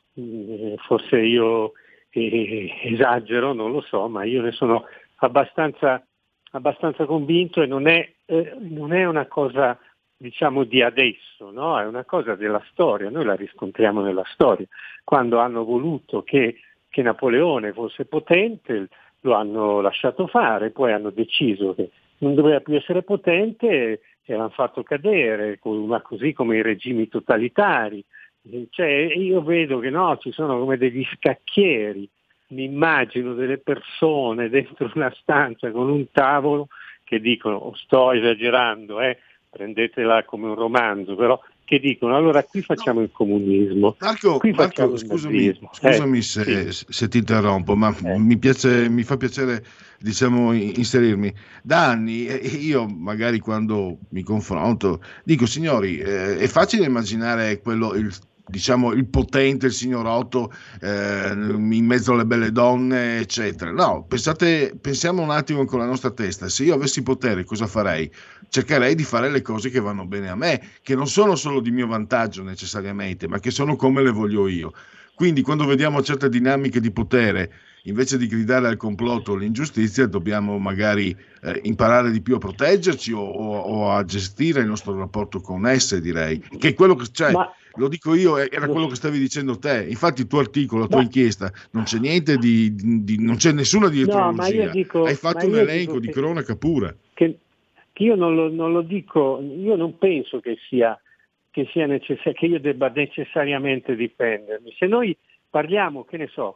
eh, forse io eh, esagero, non lo so, ma io ne sono abbastanza, abbastanza convinto e non è, eh, non è una cosa, diciamo, di adesso, no? È una cosa della storia, noi la riscontriamo nella storia. Quando hanno voluto che, che Napoleone fosse potente, lo hanno lasciato fare, poi hanno deciso che non doveva più essere potente e l'hanno fatto cadere, ma così come i regimi totalitari. Cioè, io vedo che no, ci sono come degli scacchieri, mi immagino delle persone dentro una stanza con un tavolo che dicono, oh, sto esagerando, eh, prendetela come un romanzo, però che dicono allora qui facciamo il comunismo, Marco, qui Marco facciamo il scusami, nazismo. scusami Eh, se, sì. se ti interrompo, ma Eh. mi piace, mi fa piacere, diciamo, inserirmi. Da anni, eh, io magari quando mi confronto, dico, signori, eh, è facile immaginare quello, il, diciamo, il potente, il signorotto, eh, in mezzo alle belle donne, eccetera. No, pensate, pensiamo un attimo con la nostra testa. Se io avessi potere, cosa farei? Cercherei di fare le cose che vanno bene a me, che non sono solo di mio vantaggio necessariamente, ma che sono come le voglio io. Quindi quando vediamo certe dinamiche di potere, invece di gridare al complotto o all'ingiustizia, dobbiamo magari eh, imparare di più a proteggerci o, o- o a gestire il nostro rapporto con esse, direi. Che è quello che c'è. Ma, Lo dico io, eh, era lo quello so. che stavi dicendo te. Infatti il tuo articolo, la tua Ma- inchiesta, non c'è niente di, di- non c'è nessuna no, ma io dietrologia. dico, Hai ma fatto un io elenco dico di che, cronaca pura. che, che io non lo, non lo dico, io non penso che sia, che sia necessario, che io debba necessariamente difendermi. Se noi parliamo, che ne so,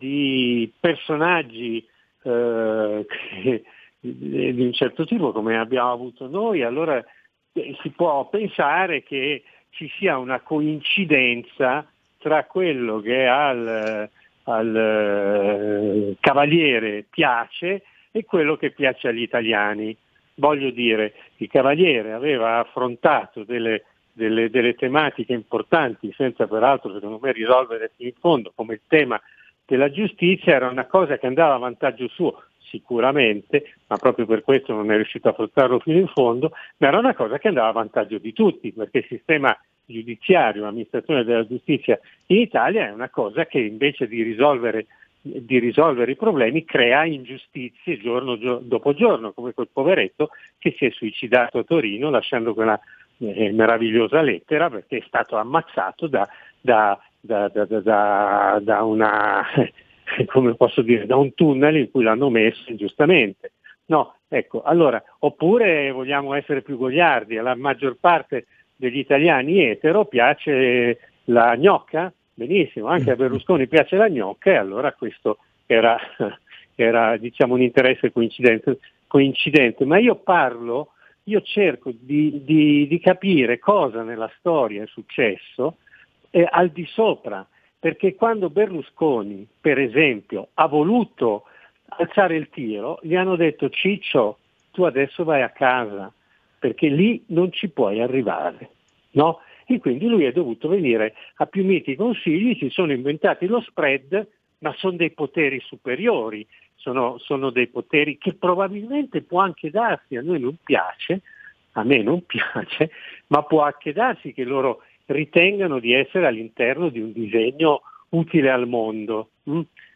di personaggi eh, che- di un certo tipo come abbiamo avuto noi, allora eh, si può pensare che ci sia una coincidenza tra quello che al, al eh, Cavaliere piace e quello che piace agli italiani. Voglio dire, il Cavaliere aveva affrontato delle, delle, delle tematiche importanti senza peraltro, secondo me, risolvere fino in fondo, come il tema della giustizia. Era una cosa che andava a vantaggio suo, sicuramente, ma proprio per questo non è riuscito a affrontarlo fino in fondo, ma era una cosa che andava a vantaggio di tutti, perché il sistema giudiziario, l'amministrazione della giustizia in Italia è una cosa che invece di risolvere, di risolvere i problemi crea ingiustizie giorno gio- dopo giorno, come quel poveretto che si è suicidato a Torino lasciando quella eh, meravigliosa lettera perché è stato ammazzato da, da, da, da, da, da, da una come posso dire, da un tunnel in cui l'hanno messo ingiustamente. No, ecco, allora, oppure vogliamo essere più goliardi, alla maggior parte degli italiani etero piace la gnocca, benissimo, anche a Berlusconi piace la gnocca e allora questo era, era diciamo un interesse coincidente, coincidente. Ma io parlo, io cerco di, di, di capire cosa nella storia è successo eh, al di sopra, perché quando Berlusconi, per esempio, ha voluto alzare il tiro, gli hanno detto Ciccio, tu adesso vai a casa, perché lì non ci puoi arrivare, no? E quindi lui è dovuto venire a più miti consigli, si sono inventati lo spread, ma sono dei poteri superiori, sono, sono dei poteri che probabilmente può anche darsi, a noi non piace, a me non piace, ma può anche darsi che loro ritengano di essere all'interno di un disegno utile al mondo.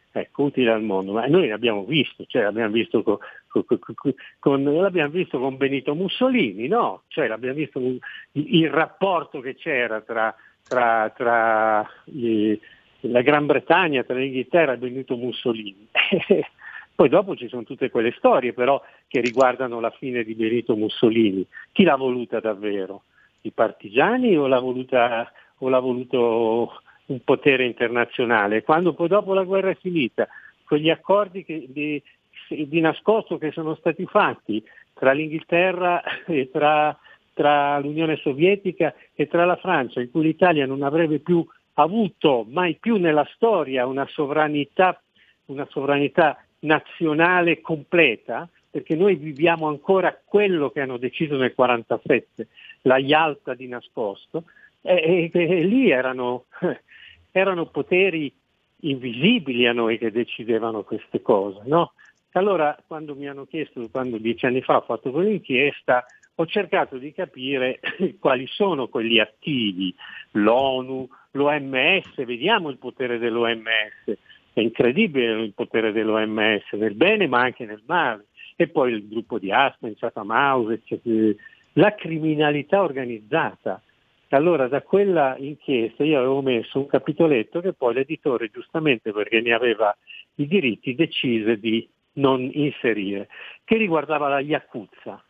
ecco, utile al mondo, ma noi l'abbiamo visto, cioè l'abbiamo visto con, con, con, con, l'abbiamo visto con Benito Mussolini, no? Cioè l'abbiamo visto con il, il rapporto che c'era tra, tra, tra gli, la Gran Bretagna, tra l'Inghilterra e Benito Mussolini. Poi dopo ci sono tutte quelle storie però che riguardano la fine di Benito Mussolini. Chi l'ha voluta davvero? I partigiani o l'ha voluta o l'ha voluto un potere internazionale? Quando poi dopo la guerra è finita, quegli accordi che, di, di nascosto che sono stati fatti tra l'Inghilterra e tra, tra l'Unione Sovietica e tra la Francia, in cui l'Italia non avrebbe più avuto mai più nella storia una sovranità, una sovranità nazionale completa, perché noi viviamo ancora quello che hanno deciso nel quarantasette, la Yalta di nascosto, e, e, e lì erano, erano poteri invisibili a noi che decidevano queste cose, no? Allora, quando mi hanno chiesto, quando dieci anni fa ho fatto quell'inchiesta, ho cercato di capire quali sono quelli attivi, l'ONU, l'O M S, vediamo il potere dell'O M S, è incredibile il potere dell'O M S, nel bene ma anche nel male, e poi il gruppo di Aspen, Chatham House, eccetera. La criminalità organizzata. Allora da quella inchiesta io avevo messo un capitoletto che poi l'editore, giustamente perché ne aveva i diritti, decise di non inserire, che riguardava la Yakuza.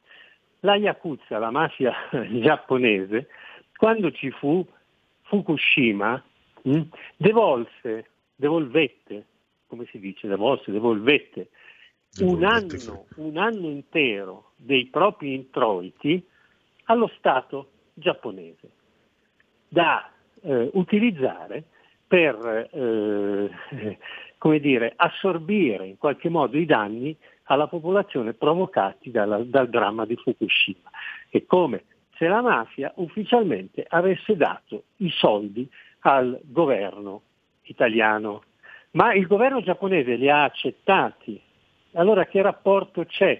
La Yakuza, la mafia giapponese, quando ci fu Fukushima, mh, devolse, devolvette, come si dice, devolse, devolvette, un anno, un anno intero dei propri introiti allo Stato giapponese da eh, utilizzare per eh, come dire, assorbire in qualche modo i danni alla popolazione provocati dalla, dal dramma di Fukushima. È come se la mafia ufficialmente avesse dato i soldi al governo italiano, ma il governo giapponese li ha accettati. Allora che rapporto c'è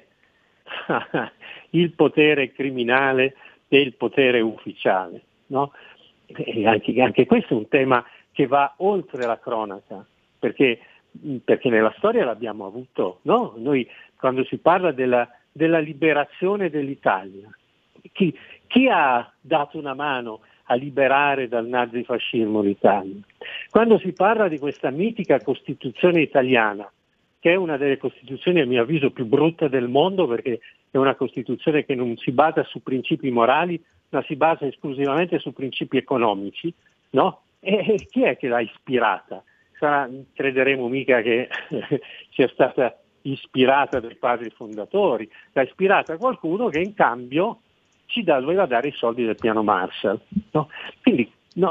tra il potere criminale e il potere ufficiale? No? E anche, anche questo è un tema che va oltre la cronaca, perché, perché nella storia l'abbiamo avuto, no? Noi quando si parla della, della liberazione dell'Italia, chi, chi ha dato una mano a liberare dal nazifascismo l'Italia? Quando si parla di questa mitica Costituzione italiana, che è una delle Costituzioni a mio avviso più brutte del mondo, perché è una Costituzione che non si basa su principi morali, ma si basa esclusivamente su principi economici, no? E chi è che l'ha ispirata? Sarà, crederemo mica che sia stata ispirata dai padri fondatori, l'ha ispirata qualcuno che in cambio ci doveva dare i soldi del piano Marshall, no? Quindi no,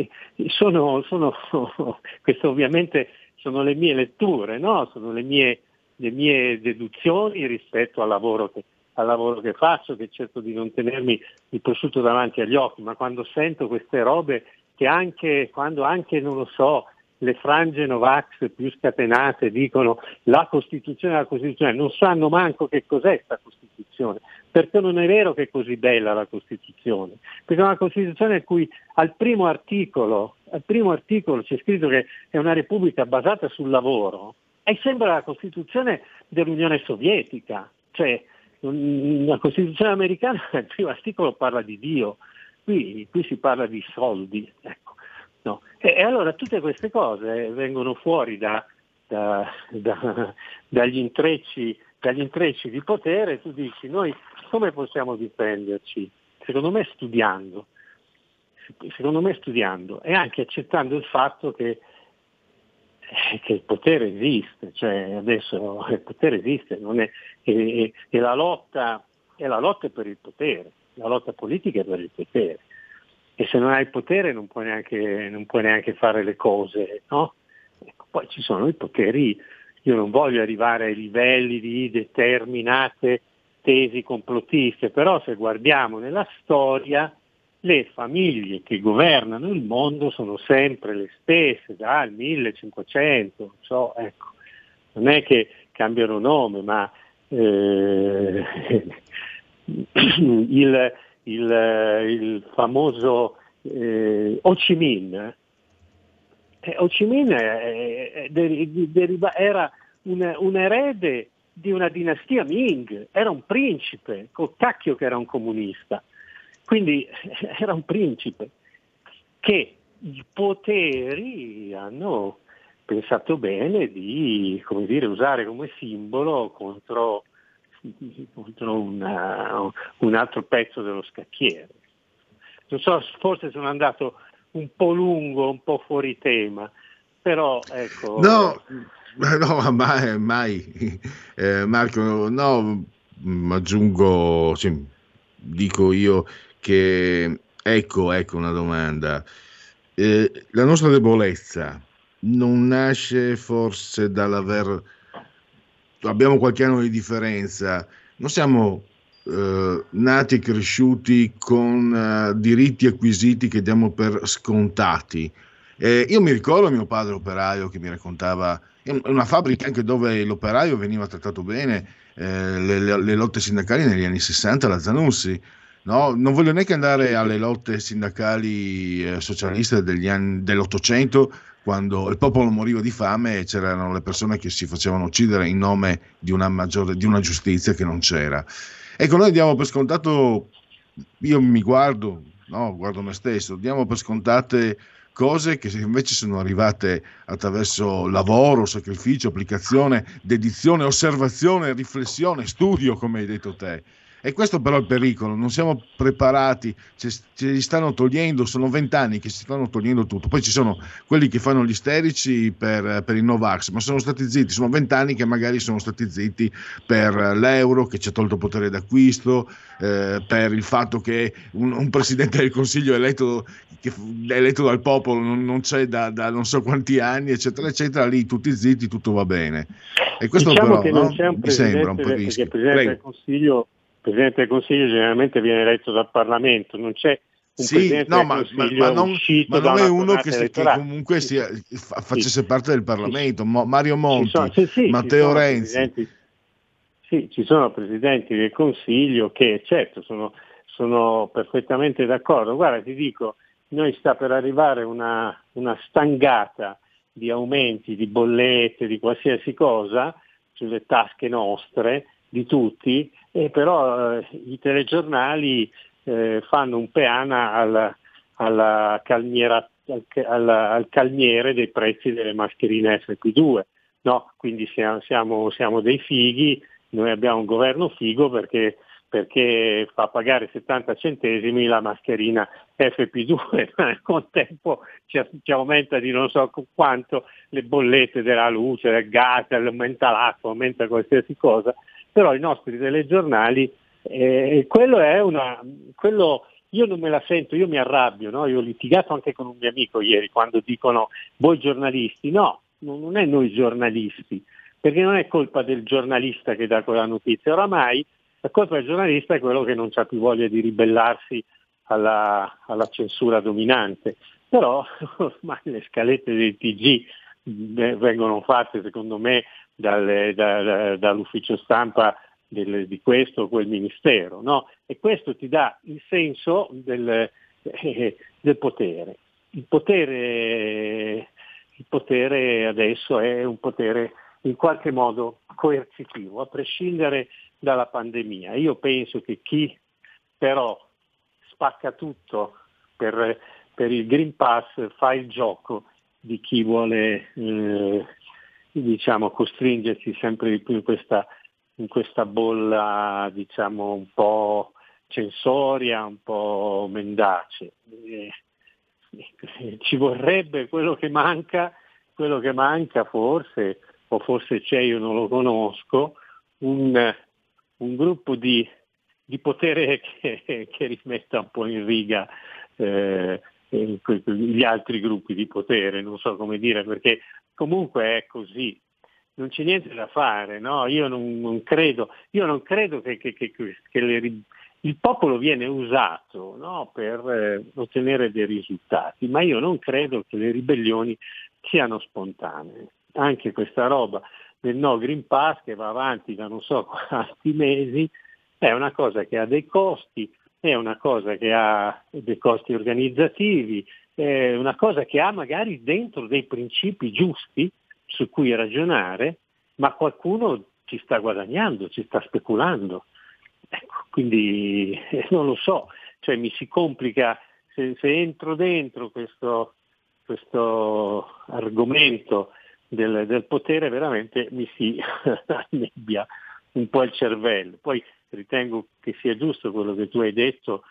sono, sono, questo ovviamente sono le mie letture, no? Sono le mie, le mie deduzioni rispetto al lavoro che al lavoro che faccio, che cerco di non tenermi il prosciutto davanti agli occhi, ma quando sento queste robe che anche, quando anche, non lo so, le frange Novax più scatenate dicono la Costituzione è la Costituzione, non sanno manco che cos'è questa Costituzione, perché non è vero che è così bella la Costituzione, perché è una Costituzione in cui al primo articolo, al primo articolo c'è scritto che è una repubblica basata sul lavoro, e sembra la Costituzione dell'Unione Sovietica, cioè la Costituzione americana il primo articolo parla di Dio, qui, qui si parla di soldi, ecco. No. E, e allora tutte queste cose vengono fuori da, da, da, dagli, intrecci, dagli intrecci di potere. Tu dici, noi come possiamo difenderci? Secondo me studiando, secondo me studiando e anche accettando il fatto che che il potere esiste, cioè adesso il potere esiste, non è, e, e la lotta è la lotta per il potere, la lotta politica è per il potere, e se non hai il potere non puoi neanche, non puoi neanche fare le cose, no? Ecco, poi ci sono i poteri, io non voglio arrivare ai livelli di determinate tesi complottiste, però se guardiamo nella storia le famiglie che governano il mondo sono sempre le stesse, dal millecinquecento, non so, ecco, non è che cambiano nome, ma eh, il, il, il famoso eh, Ho Chi Minh, Eh, Ho Chi Minh eh, eh, deri- deriva- era un, un erede di una dinastia Ming, era un principe, col cacchio che era un comunista, quindi era un principe che i poteri hanno pensato bene di, come dire, usare come simbolo contro, contro una, un altro pezzo dello scacchiere. Non so, forse sono andato un po' lungo, un po' fuori tema, però ecco... No, no, mai, mai. Eh, Marco, no, mh, aggiungo, cioè, dico io che, ecco, ecco una domanda. Eh, la nostra debolezza non nasce forse dall'aver, abbiamo qualche anno di differenza, non siamo eh, nati e cresciuti con eh, diritti acquisiti che diamo per scontati. Eh, io mi ricordo mio padre operaio che mi raccontava, è una fabbrica anche dove l'operaio veniva trattato bene, eh, le, le- le lotte sindacali negli anni sessanta alla Zanussi. No, non voglio neanche andare alle lotte sindacali eh, socialiste degli anni, dell'Ottocento, quando il popolo moriva di fame e c'erano le persone che si facevano uccidere in nome di una maggiore, di una giustizia che non c'era. Ecco, noi diamo per scontato, io mi guardo, no, guardo me stesso, diamo per scontate cose che invece sono arrivate attraverso lavoro, sacrificio, applicazione, dedizione, osservazione, riflessione, studio, come hai detto te. E questo però è il pericolo, non siamo preparati, ci, ci stanno togliendo, sono vent'anni che si stanno togliendo tutto. Poi ci sono quelli che fanno gli isterici per, per i Novax, ma sono stati zitti, sono vent'anni che magari sono stati zitti per l'euro che ci ha tolto potere d'acquisto, eh, per il fatto che un, un presidente del Consiglio eletto, che è eletto dal popolo non, non c'è da, da non so quanti anni, eccetera, eccetera, lì tutti zitti, tutto va bene. E questo Diciamo però che no? non c'è un Mi sembra un presidente, po' perché rischio. il Presidente del Prego. Consiglio il Presidente del Consiglio generalmente viene eletto dal Parlamento, non c'è un Sì, Presidente no, del ma, ma- Consiglio ma non, uscito ma da non è una uno tornata che, si- che elettorale. comunque Sì, sia, sì, fa- sì, facesse parte del sì, Parlamento. Mo- Mario ci sono, Monti, sì, sì, ci Matteo sono Renzi. presidenti, sì, ci sono presidenti del Consiglio che certo sono, sono perfettamente d'accordo. Guarda, ti dico, noi sta per arrivare una, una stangata di aumenti, di bollette, di qualsiasi cosa sulle tasche nostre, di tutti, e però eh, i telegiornali eh, fanno un peana alla, alla calmiera, al, al, al calmiere dei prezzi delle mascherine F P due. No, quindi siamo, siamo, siamo dei fighi, noi abbiamo un governo figo perché, perché fa pagare settanta centesimi la mascherina F P due, ma nel contempo ci, ci aumenta di non so quanto le bollette della luce, del gas, aumenta l'acqua, aumenta qualsiasi cosa, però i nostri telegiornali, eh, quello è una... quello io non me la sento, io mi arrabbio, no? Io ho litigato anche con un mio amico ieri quando dicono voi giornalisti, no, non è noi giornalisti, perché non è colpa del giornalista che dà quella notizia, oramai la colpa del giornalista è quello che non ha più voglia di ribellarsi alla, alla censura dominante, però ormai le scalette dei T G vengono fatte secondo me dalle, da, da, dall'ufficio stampa del, di questo o quel ministero, no? E questo ti dà il senso del, eh, del potere. Il potere. Il potere adesso è un potere in qualche modo coercitivo, a prescindere dalla pandemia. Io penso che chi però spacca tutto per, per il Green Pass fa il gioco di chi vuole eh, diciamo costringersi sempre di più in questa, in questa bolla diciamo un po' censoria, un po' mendace. Eh, ci vorrebbe quello che manca, quello che manca forse, o forse c'è, io non lo conosco, un, un gruppo di, di potere che, che rimetta un po' in riga eh, gli altri gruppi di potere, non so come dire, perché comunque è così, non c'è niente da fare, no? Io non, non credo, io non credo che, che, che, che le, il popolo viene usato, no, per eh, ottenere dei risultati, ma io non credo che le ribellioni siano spontanee. Anche questa roba del no Green Pass che va avanti da non so quanti mesi è una cosa che ha dei costi, è una cosa che ha dei costi organizzativi, eh, una cosa che ha magari dentro dei principi giusti su cui ragionare, ma qualcuno ci sta guadagnando, ci sta speculando. Ecco, quindi eh, non lo so, cioè mi si complica se, se entro dentro questo, questo argomento del, del potere, veramente mi si annebbia un po' il cervello. Poi ritengo che sia giusto quello che tu hai detto,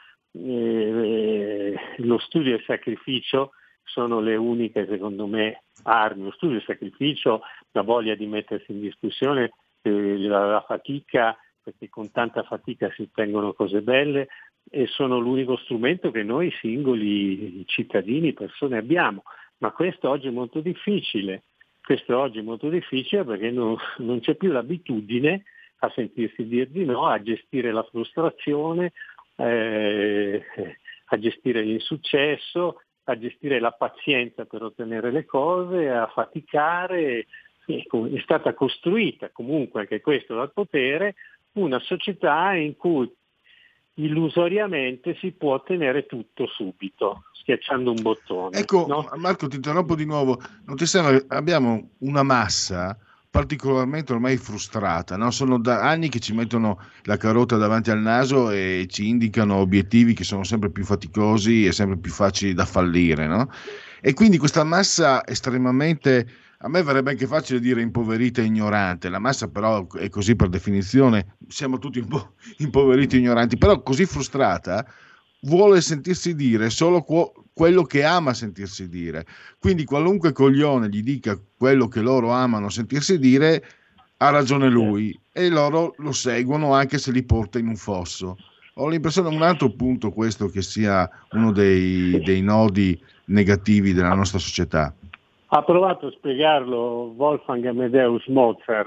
eh, lo studio e il sacrificio sono le uniche, secondo me, armi. Lo studio e il sacrificio, la voglia di mettersi in discussione, eh, la, la fatica, perché con tanta fatica si ottengono cose belle, e sono l'unico strumento che noi singoli cittadini, persone abbiamo. Ma questo oggi è molto difficile. Questo oggi è molto difficile perché non, non c'è più l'abitudine a sentirsi dire di no, a gestire la frustrazione, eh, a gestire l'insuccesso, a gestire la pazienza per ottenere le cose, a faticare. È stata costruita comunque anche questo dal potere, una società in cui illusoriamente si può ottenere tutto subito, schiacciando un bottone. Ecco, no? Marco, ti interrompo di nuovo. Non ti sembra che abbiamo una massa particolarmente ormai frustrata, no? Sono da anni che ci mettono la carota davanti al naso e ci indicano obiettivi che sono sempre più faticosi e sempre più facili da fallire, no? E quindi questa massa estremamente, a me verrebbe anche facile dire impoverita e ignorante, la massa però è così per definizione, siamo tutti un po' impoveriti e ignoranti, però così frustrata vuole sentirsi dire solo que- quello che ama sentirsi dire. Quindi qualunque coglione gli dica quello che loro amano sentirsi dire, ha ragione lui, e loro lo seguono anche se li porta in un fosso. Ho l'impressione, un altro punto questo, che sia uno dei, dei nodi negativi della nostra società. Ha provato a spiegarlo Wolfgang Amadeus Mozart,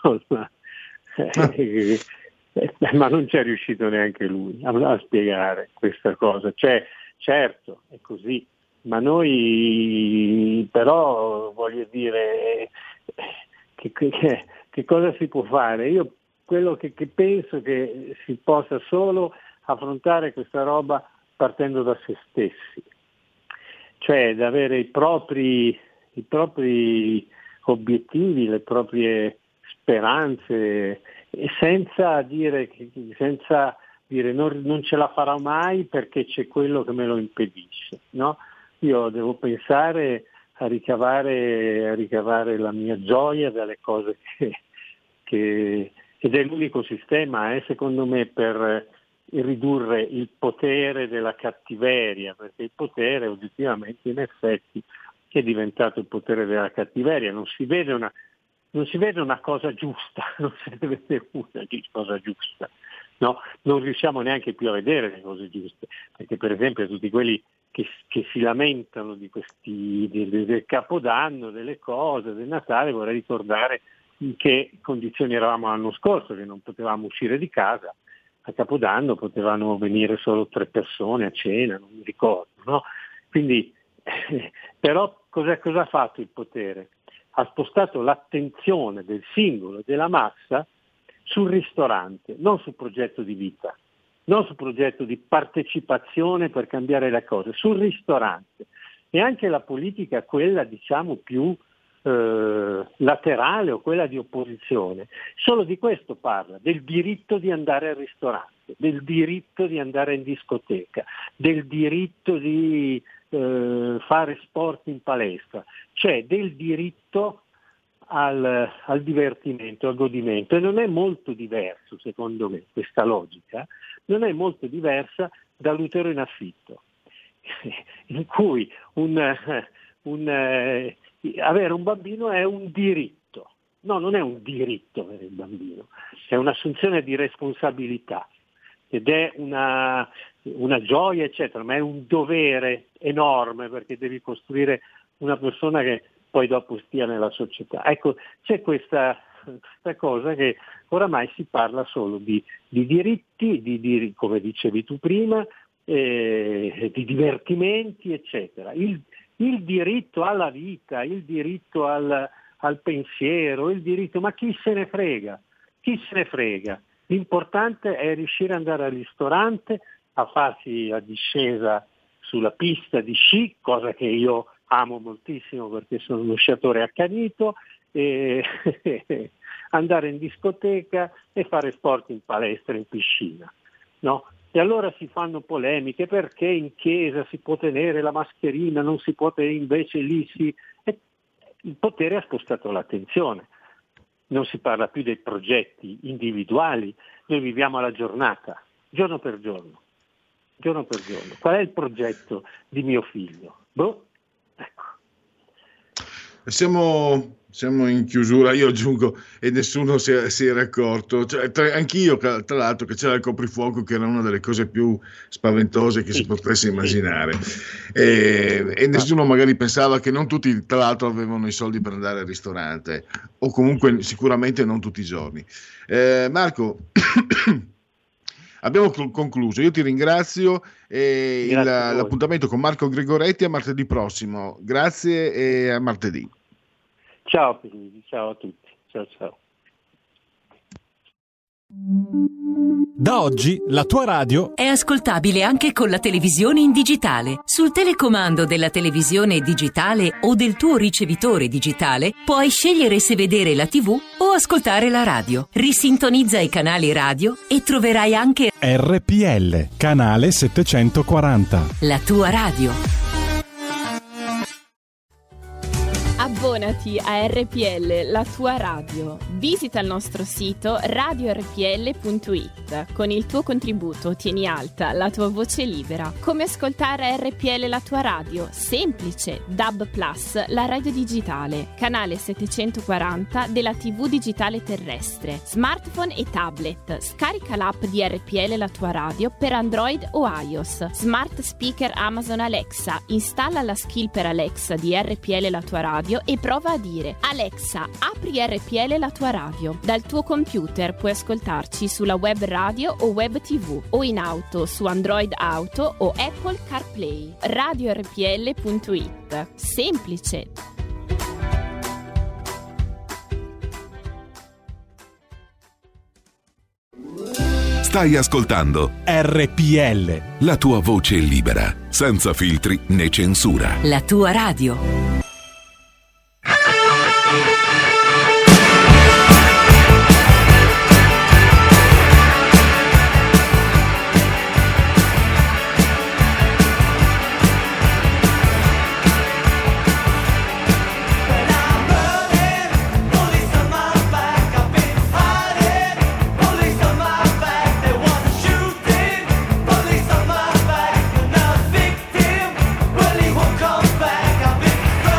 eh, ma non ci è riuscito neanche lui a, a spiegare questa cosa. Cioè, certo, è così, ma noi però, voglio dire, che, che, che cosa si può fare? Io quello che, che penso che si possa solo affrontare questa roba partendo da se stessi, cioè da avere i propri, i propri obiettivi, le proprie speranze, e senza dire, senza dire non, non ce la farò mai perché c'è quello che me lo impedisce, no? Io devo pensare a ricavare, a ricavare la mia gioia dalle cose che, che ed è l'unico sistema, eh, secondo me, per ridurre il potere della cattiveria, perché il potere oggettivamente in effetti è diventato il potere della cattiveria, non si vede una, non si vede una cosa giusta, non si vede una cosa giusta, no? Non riusciamo neanche più a vedere le cose giuste, perché per esempio tutti quelli che, che si lamentano di questi del, del Capodanno, delle cose, del Natale, vorrei ricordare in che condizioni eravamo l'anno scorso, che non potevamo uscire di casa. A Capodanno potevano venire solo tre persone a cena, non mi ricordo, no? Quindi, eh, però cosa, cosa ha fatto il potere? Ha spostato l'attenzione del singolo e della massa sul ristorante, non sul progetto di vita, non sul progetto di partecipazione per cambiare le cose, sul ristorante. E anche la politica, quella diciamo più eh, laterale o quella di opposizione, solo di questo parla, del diritto di andare al ristorante, del diritto di andare in discoteca, del diritto di eh, fare sport in palestra, cioè del diritto al, al divertimento, al godimento. E non è molto diverso, secondo me, questa logica, non è molto diversa dall'utero in affitto, in cui un, un, eh, avere un bambino è un diritto. No, non è un diritto avere il bambino, è un'assunzione di responsabilità ed è una, una gioia, eccetera, ma è un dovere enorme perché devi costruire una persona che poi dopo stia nella società. Ecco, c'è questa, questa cosa che oramai si parla solo di, di diritti, di, di, come dicevi tu prima, eh, di divertimenti, eccetera. Il, il diritto alla vita, il diritto al, al pensiero, il diritto, ma chi se ne frega? Chi se ne frega? L'importante è riuscire ad andare al ristorante, a farsi la discesa sulla pista di sci, cosa che io amo moltissimo perché sono uno sciatore accanito, e andare in discoteca e fare sport in palestra, in piscina, no? E allora si fanno polemiche perché in chiesa si può tenere la mascherina, non si può tenere, invece lì si... E il potere ha spostato l'attenzione, non si parla più dei progetti individuali, noi viviamo la giornata, giorno per giorno, giorno per giorno. Qual è il progetto di mio figlio? Boh, ecco. Siamo, siamo in chiusura, io aggiungo, e nessuno si, è, si era accorto, cioè, tra, anch'io tra l'altro, che c'era il coprifuoco, che era una delle cose più spaventose che sì, si potesse immaginare, sì. e, e nessuno magari pensava che non tutti tra l'altro avevano i soldi per andare al ristorante, o comunque sicuramente non tutti i giorni. eh, Marco abbiamo concluso, io ti ringrazio, e il, l'appuntamento con Marco Gregoretti è martedì prossimo. Grazie e a martedì. Ciao, ciao a tutti. Ciao ciao. Da oggi la tua radio è ascoltabile anche con la televisione in digitale. Sul telecomando della televisione digitale o del tuo ricevitore digitale puoi scegliere se vedere la tivù o ascoltare la radio. Risintonizza i canali radio e troverai anche R P L, canale settecentoquaranta. La tua radio. Abbonati a R P L, la tua radio. Visita il nostro sito radio r p l punto i t. Con il tuo contributo tieni alta la tua voce libera. Come ascoltare R P L, la tua radio? Semplice. D A B plus, la radio digitale. Canale settecentoquaranta della tivù digitale terrestre. Smartphone e tablet. Scarica l'app di R P L, la tua radio per Android o iOS. Smart speaker Amazon Alexa. Installa la skill per Alexa di R P L, la tua radio e prova a dire: Alexa, apri R P L, la tua radio. Dal tuo computer puoi ascoltarci sulla web radio o web tivù, o in auto su Android Auto o Apple CarPlay. radio r p l punto i t. Semplice. Stai ascoltando R P L, la tua voce libera, senza filtri né censura. La tua radio. Come back, I've been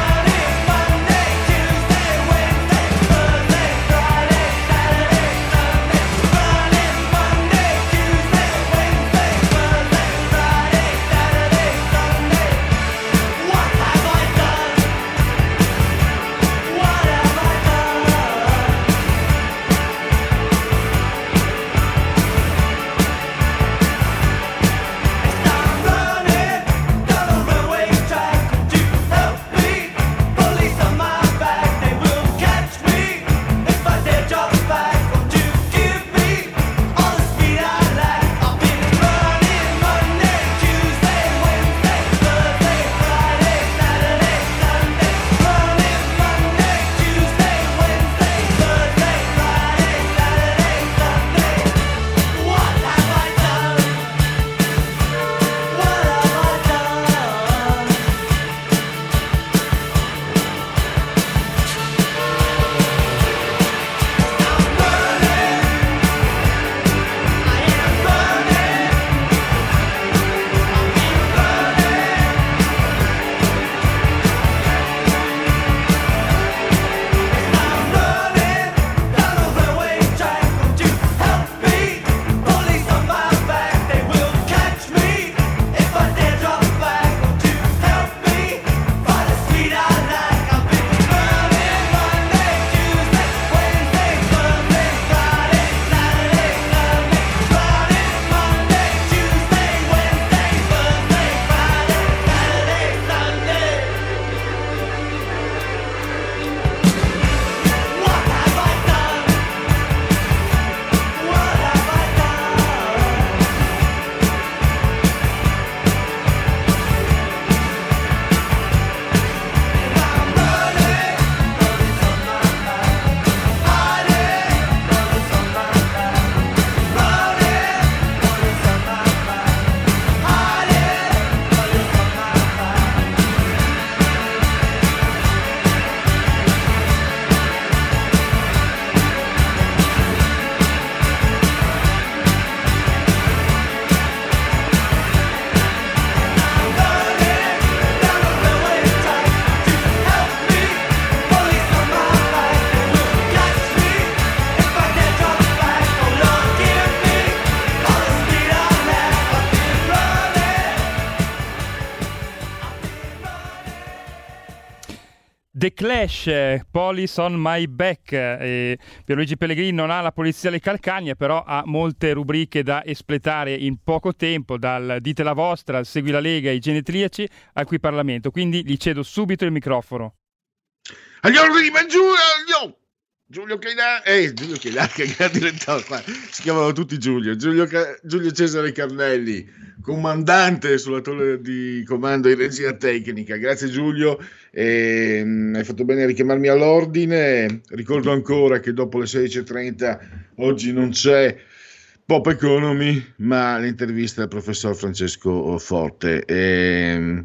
The Clash, Police on My Back. Eh, Pierluigi Pellegrini non ha la polizia alle calcagna, però ha molte rubriche da espletare in poco tempo, dal Dite la vostra, al Segui la Lega, ai genetriaci, al Qui Parlamento. Quindi gli cedo subito il microfono. Agli ordini, ma Giulio! Giulio Cainà, eh, Giulio Cainà, che grande direttore, qua si chiamano tutti Giulio, Giulio, Giulio Cesare Carnelli, comandante sulla torre di comando in regia tecnica. Grazie Giulio, eh, hai fatto bene a richiamarmi all'ordine. Ricordo ancora che dopo le sedici e trenta oggi non c'è Pop Economy, ma l'intervista al professor Francesco Forte. E,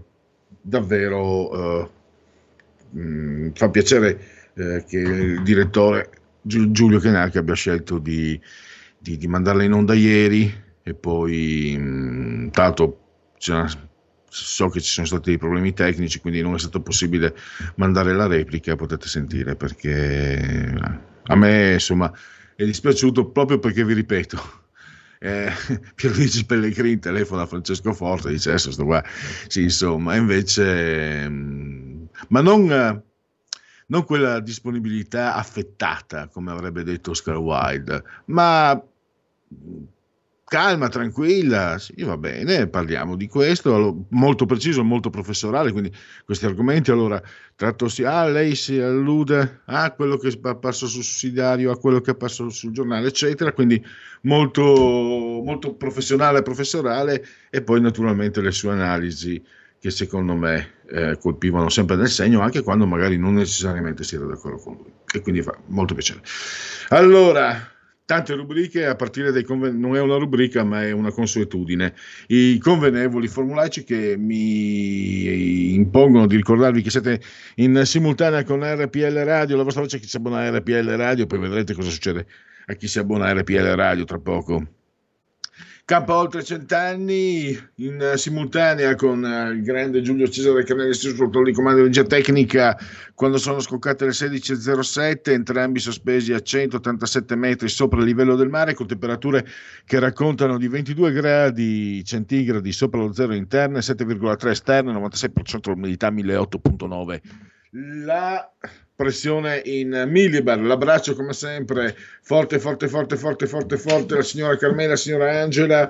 davvero uh, mh, fa piacere Eh, che il direttore Giulio Cainarca abbia scelto di, di, di mandarla in onda ieri, e poi mh, tanto so che ci sono stati dei problemi tecnici, quindi non è stato possibile mandare la replica. Potete sentire, perché a me insomma è dispiaciuto, proprio perché vi ripeto, eh, Pierluigi Pellegrini telefona a Francesco Forte e dice adesso sto qua, sì, insomma, invece mh, ma non non quella disponibilità affettata, come avrebbe detto Oscar Wilde, ma calma, tranquilla, sì, va bene, parliamo di questo, molto preciso, molto professorale, quindi questi argomenti, allora, trattosi, ah, lei si allude a quello che è apparso sul sussidiario, a quello che è apparso sul giornale, eccetera, quindi molto, molto professionale, professorale, e poi naturalmente le sue analisi, che secondo me eh, colpivano sempre nel segno, anche quando magari non necessariamente si era d'accordo con lui, e quindi fa molto piacere. Allora, tante rubriche, a partire dai conven- non è una rubrica ma è una consuetudine, i convenevoli formulaici che mi impongono di ricordarvi che siete in simultanea con R P L Radio, la vostra voce, chi si abbona a R P L Radio, poi vedrete cosa succede a chi si abbona a R P L Radio tra poco. Campa oltre cent'anni, in simultanea con il grande Giulio Cesare Carnelli sul torno di comando di regia tecnica, quando sono scoccate le sedici e zero sette, entrambi sospesi a centottantasette metri sopra il livello del mare, con temperature che raccontano di ventidue gradi centigradi sopra lo zero interne, sette virgola tre esterne, novantasei per cento umidità, milleottocento virgola nove. La pressione in millibar. L'abbraccio come sempre forte forte forte forte forte forte alla signora Carmela, alla signora Angela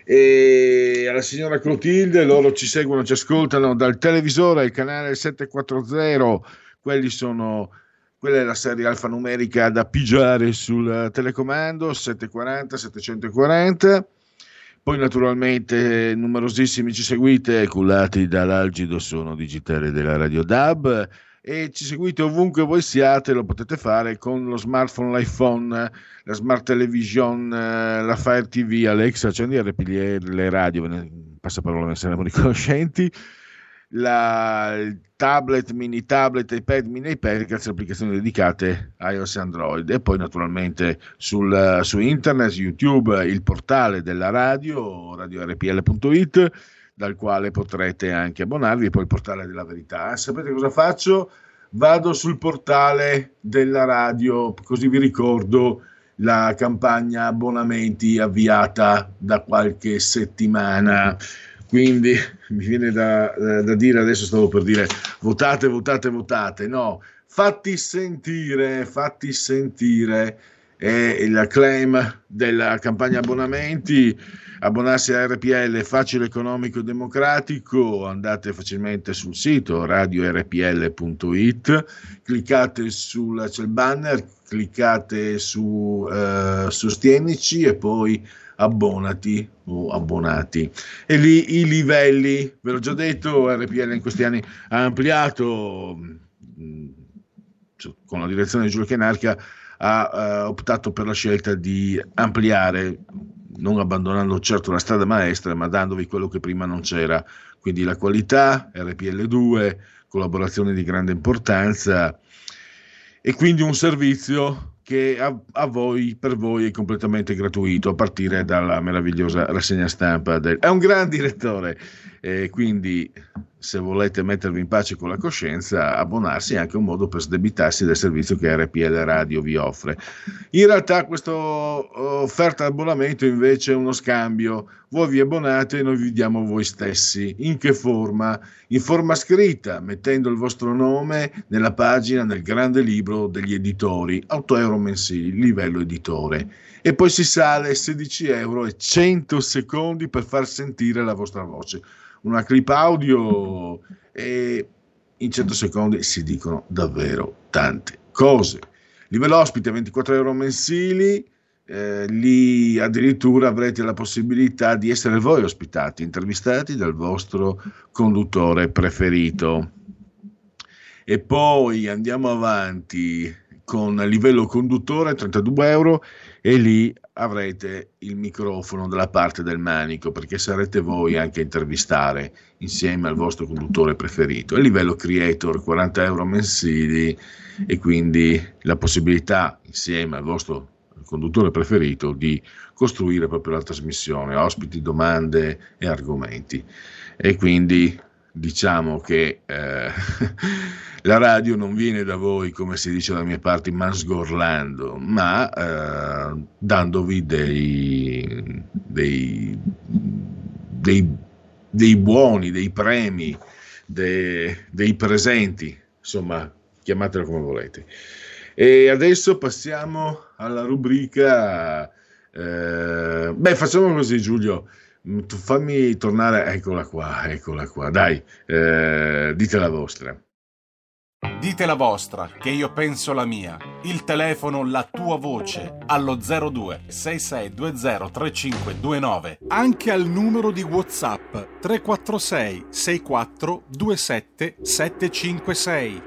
e alla signora Clotilde. Loro ci seguono, ci ascoltano dal televisore, il canale settecentoquaranta. Quelli sono quella è la serie alfanumerica da pigiare sul telecomando, settecentoquaranta settecentoquaranta. Poi naturalmente numerosissimi ci seguite, cullati dall'algido suono digitale della Radio D A B, e ci seguite ovunque voi siate. Lo potete fare con lo smartphone, l'iPhone, la smart television, la Fire T V, Alexa, accendi R P L Radio, passaparola, ne saremo riconoscenti, la, il tablet, mini tablet, iPad, mini iPad, grazie alle applicazioni dedicate a iOS e Android. E poi naturalmente sul, su internet, su YouTube, il portale della radio, radio R P L punto it, dal quale potrete anche abbonarvi, e poi il portale della verità. Sapete cosa faccio? Vado sul portale della radio, così vi ricordo la campagna abbonamenti avviata da qualche settimana. Quindi mi viene da, da dire, adesso stavo per dire votate, votate, votate, no, fatti sentire, fatti sentire. È il claim della campagna abbonamenti. Abbonarsi a R P L è facile, economico e democratico. Andate facilmente sul sito radio R P L punto it, cliccate sul c'è il banner, cliccate su eh, sostienici e poi abbonati o abbonati, e lì i livelli, ve l'ho già detto, R P L in questi anni ha ampliato, mh, con la direzione di Giulio Cainarca ha uh, optato per la scelta di ampliare, non abbandonando certo la strada maestra, ma dandovi quello che prima non c'era, quindi la qualità, R P L due, collaborazioni di grande importanza, e quindi un servizio che a, a voi, per voi, è completamente gratuito, a partire dalla meravigliosa rassegna stampa del... È un gran direttore, e quindi se volete mettervi in pace con la coscienza, abbonarsi è anche un modo per sdebitarsi del servizio che R P L Radio vi offre. In realtà questa offerta di abbonamento invece è uno scambio. Voi vi abbonate e noi vi diamo voi stessi. In che forma? In forma scritta, mettendo il vostro nome nella pagina nel grande libro degli editori, otto euro mensili, livello editore. E poi si sale a sedici euro e cento secondi per far sentire la vostra voce. Una clip audio e in cento secondi si dicono davvero tante cose. Livello ospite ventiquattro euro mensili, eh, lì addirittura avrete la possibilità di essere voi ospitati, intervistati dal vostro conduttore preferito. E poi andiamo avanti con livello conduttore trentadue euro e lì avrete il microfono dalla parte del manico, perché sarete voi anche a intervistare insieme al vostro conduttore preferito. E livello creator quaranta euro mensili e quindi la possibilità insieme al vostro conduttore preferito di costruire proprio la trasmissione, ospiti, domande e argomenti. E quindi diciamo che eh, la radio non viene da voi, come si dice dalle mie parti, mansgorlando, ma eh, dandovi dei, dei, dei, dei buoni, dei premi, dei, dei presenti, insomma, chiamatelo come volete. E adesso passiamo alla rubrica, eh, beh, facciamo così, Giulio, tu fammi tornare, eccola qua, eccola qua, dai, eh, dite la vostra. Dite la vostra, che io penso la mia. Il telefono, la tua voce, allo zero due sei sei due zero tre cinque due nove. Anche al numero di WhatsApp tre quattro sei sei quattro due sette sette cinque sei.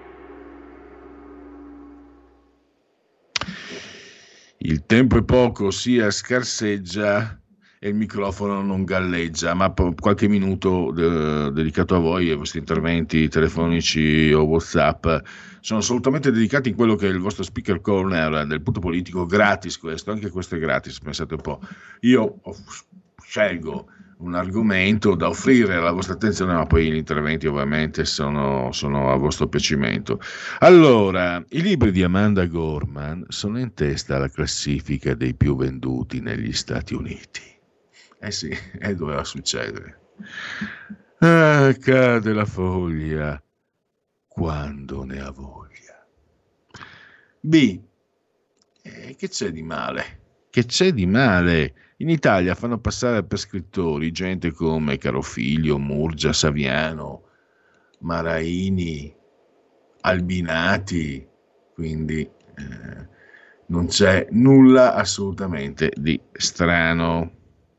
Il tempo è poco, sia scarseggia e il microfono non galleggia, ma po- qualche minuto de- dedicato a voi e ai vostri interventi telefonici o WhatsApp sono assolutamente dedicati in quello che è il vostro speaker corner del punto politico, gratis questo, anche questo è gratis, pensate un po'. Io scelgo un argomento da offrire alla vostra attenzione, ma poi gli interventi ovviamente sono, sono a vostro piacimento. Allora, i libri di Amanda Gorman sono in testa alla classifica dei più venduti negli Stati Uniti. Eh sì, e doveva succedere. Ah, cade la foglia quando ne ha voglia. B. Eh, che c'è di male? Che c'è di male? In Italia fanno passare per scrittori gente come Carofiglio, Murgia, Saviano, Maraini, Albinati, quindi eh, non c'è nulla assolutamente di strano.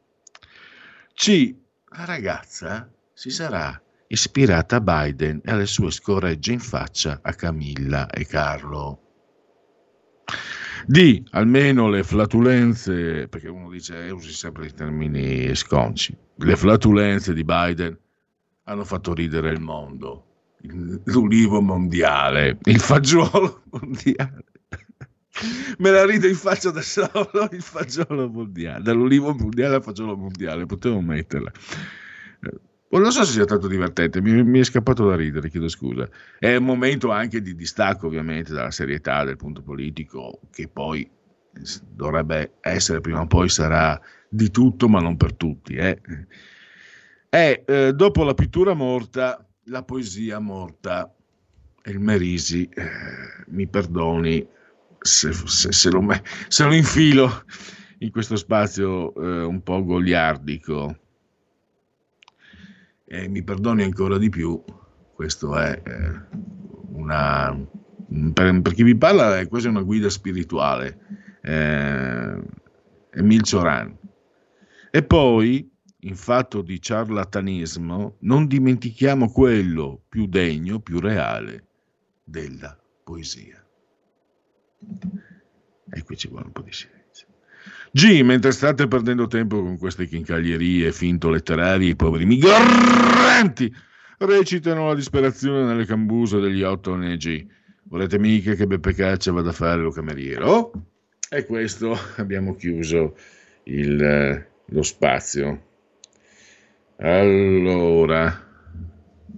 C. La ragazza si sarà ispirata a Biden e alle sue scoregge in faccia a Camilla e Carlo. D. Almeno le flatulenze, perché uno dice, eh, usi sempre i termini sconci, le flatulenze di Biden hanno fatto ridere il mondo, l'ulivo mondiale, il fagiolo mondiale. Me la rido in faccia da solo, il fagiolo mondiale, dall'ulivo mondiale al fagiolo mondiale, potevo metterla. Non so se sia tanto divertente, mi, mi è scappato da ridere, chiedo scusa. È un momento anche di distacco ovviamente dalla serietà del punto politico, che poi dovrebbe essere, prima o poi sarà di tutto ma non per tutti. Eh. E eh, dopo la pittura morta, la poesia morta. E il Merisi, eh, mi perdoni se, se, se, lo, se lo infilo in questo spazio eh, un po' goliardico. E mi perdoni ancora di più, questo è eh, una, per, per chi vi parla è quasi una guida spirituale, eh, Emil Cioran. E poi, in fatto di ciarlatanismo, non dimentichiamo quello più degno, più reale della poesia. E qui ci vuole un po' di silenzio. G, mentre state perdendo tempo con queste chincaglierie finto letterarie, i poveri migranti recitano la disperazione nelle cambuse degli otto O N G. Volete mica che Beppe Caccia vada a fare lo cameriero? E questo abbiamo chiuso il, lo spazio. Allora,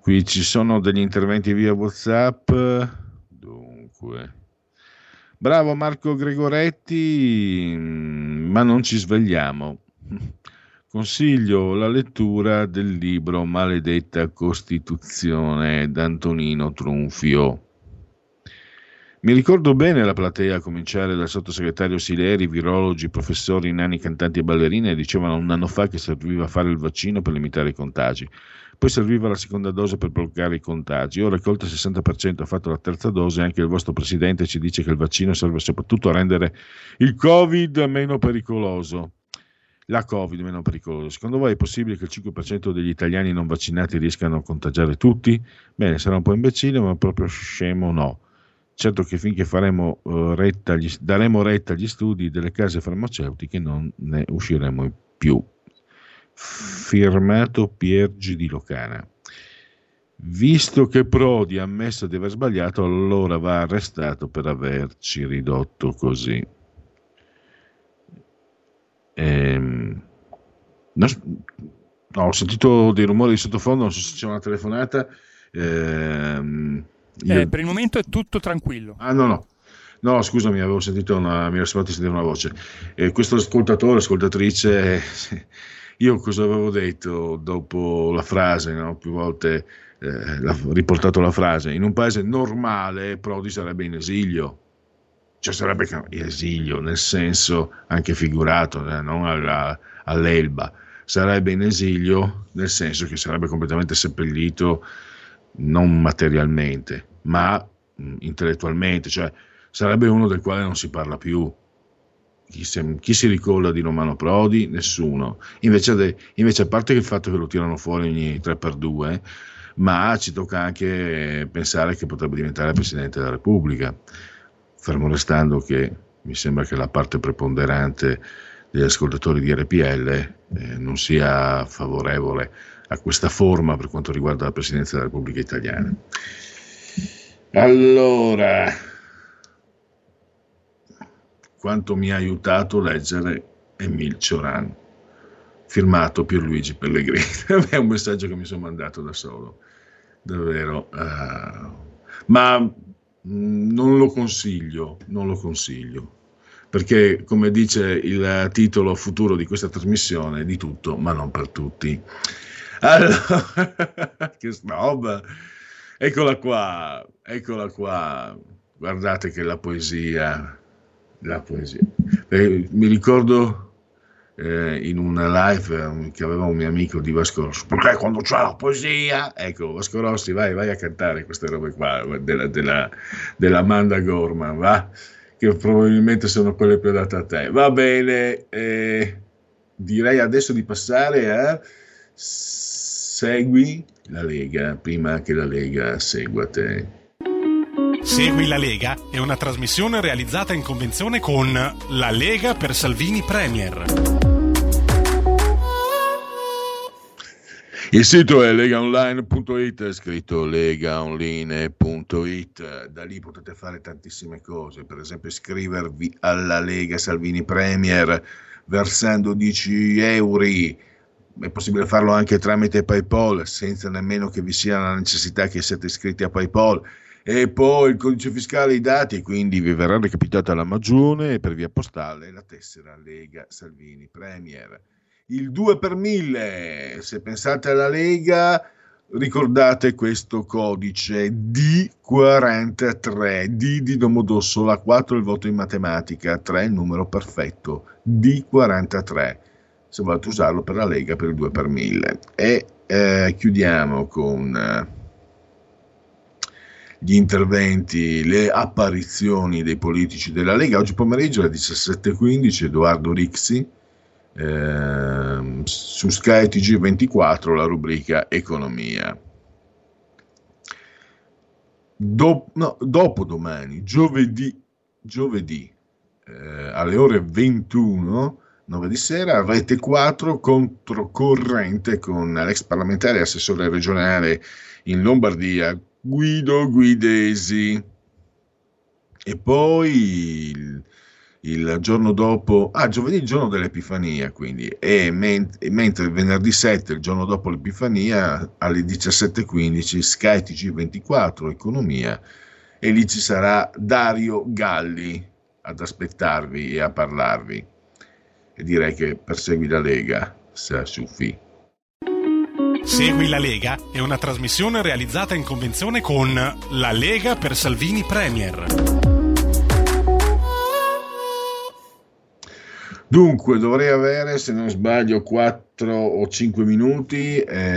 qui ci sono degli interventi via WhatsApp. Dunque, bravo Marco Gregoretti, ma non ci svegliamo. Consiglio la lettura del libro Maledetta Costituzione d'Antonino Trunfio. Mi ricordo bene la platea, a cominciare dal sottosegretario Sileri, virologi, professori, nani, cantanti e ballerine, dicevano un anno fa che serviva fare il vaccino per limitare i contagi. Poi serviva la seconda dose per bloccare i contagi. Ora che oltre il sessanta per cento ha fatto la terza dose, anche il vostro presidente ci dice che il vaccino serve soprattutto a rendere il Covid meno pericoloso. La Covid meno pericolosa. Secondo voi è possibile che il cinque per cento degli italiani non vaccinati riescano a contagiare tutti? Bene, sarà un po' imbecille, ma proprio scemo no. Certo che finché faremo, uh, retta agli, daremo retta agli studi delle case farmaceutiche non ne usciremo più. Firmato Piergi di Locana. Visto che Prodi ha ammesso di aver sbagliato, allora va arrestato per averci ridotto così. Ehm, no, no, ho sentito dei rumori di sottofondo, non so se c'è una telefonata. Ehm, io... eh, per il momento è tutto tranquillo. Ah, no, no. No, scusami, avevo sentito una, mi ero sembrato di sentire una voce. Eh, questo ascoltatore, ascoltatrice, eh, io cosa avevo detto dopo la frase, no? Più volte eh, la, riportato la frase, in un paese normale Prodi sarebbe in esilio, cioè sarebbe in esilio, nel senso anche figurato, eh, non alla, all'Elba, sarebbe in esilio nel senso che sarebbe completamente seppellito, non materialmente, ma mh, intellettualmente, cioè sarebbe uno del quale non si parla più. Chi, se, chi si ricorda di Romano Prodi? Nessuno. Invece, de, invece a parte il fatto che lo tirano fuori ogni tre per due, ma ci tocca anche pensare che potrebbe diventare Presidente della Repubblica, fermo restando che mi sembra che la parte preponderante degli ascoltatori di R P L eh, non sia favorevole a questa forma per quanto riguarda la Presidenza della Repubblica Italiana. Allora, quanto mi ha aiutato leggere Emil Cioran, firmato Pierluigi Pellegrini. È un messaggio che mi sono mandato da solo, davvero. Uh, ma mh, non lo consiglio, non lo consiglio, perché come dice il titolo futuro di questa trasmissione, di tutto, ma non per tutti. Allora, che snob! Eccola qua, eccola qua. Guardate che la poesia... La poesia. Eh, mi ricordo eh, in una live eh, che aveva un mio amico di Vasco Rossi, perché quando c'è la poesia, ecco, Vasco Rossi, vai, vai a cantare queste robe qua della, della, della Amanda Gorman, va? Che probabilmente sono quelle più adatte a te. Va bene, eh, direi adesso di passare a Segui la Lega, prima che la Lega segua te. Segui la Lega è una trasmissione realizzata in convenzione con La Lega per Salvini Premier. Il sito è legaonline punto it, è scritto legaonline punto it. Da lì potete fare tantissime cose, per esempio iscrivervi alla Lega Salvini Premier versando dieci euro. È possibile farlo anche tramite PayPal, senza nemmeno che vi sia la necessità che siate iscritti a PayPal. E poi il codice fiscale, i dati, quindi vi verrà recapitata la magione e per via postale la tessera Lega Salvini Premier. Il due per mille, se pensate alla Lega, ricordate questo codice D quarantatré, D di Domodossola, quattro il voto in matematica, tre il numero perfetto, D quarantatré, se volete usarlo per la Lega per il due per mille. E eh, chiudiamo con... Eh, gli interventi, le apparizioni dei politici della Lega. Oggi pomeriggio alle diciassette e quindici Edoardo Rixi eh, su Sky T G ventiquattro, la rubrica Economia. Do, no, dopodomani, giovedì, giovedì eh, alle ore ventuno, nove di sera, Rete quattro, Controcorrente con l'ex parlamentare e assessore regionale in Lombardia Guido Guidesi. E poi il, il giorno dopo, ah giovedì il giorno dell'Epifania quindi, e, men- e mentre venerdì sette, il giorno dopo l'Epifania, alle diciassette e quindici Sky T G ventiquattro Economia, e lì ci sarà Dario Galli ad aspettarvi e a parlarvi, e direi che per Segui la Lega sia suffi. Segui la Lega è una trasmissione realizzata in convenzione con La Lega per Salvini Premier. Dunque, dovrei avere, se non sbaglio, quattro o cinque minuti.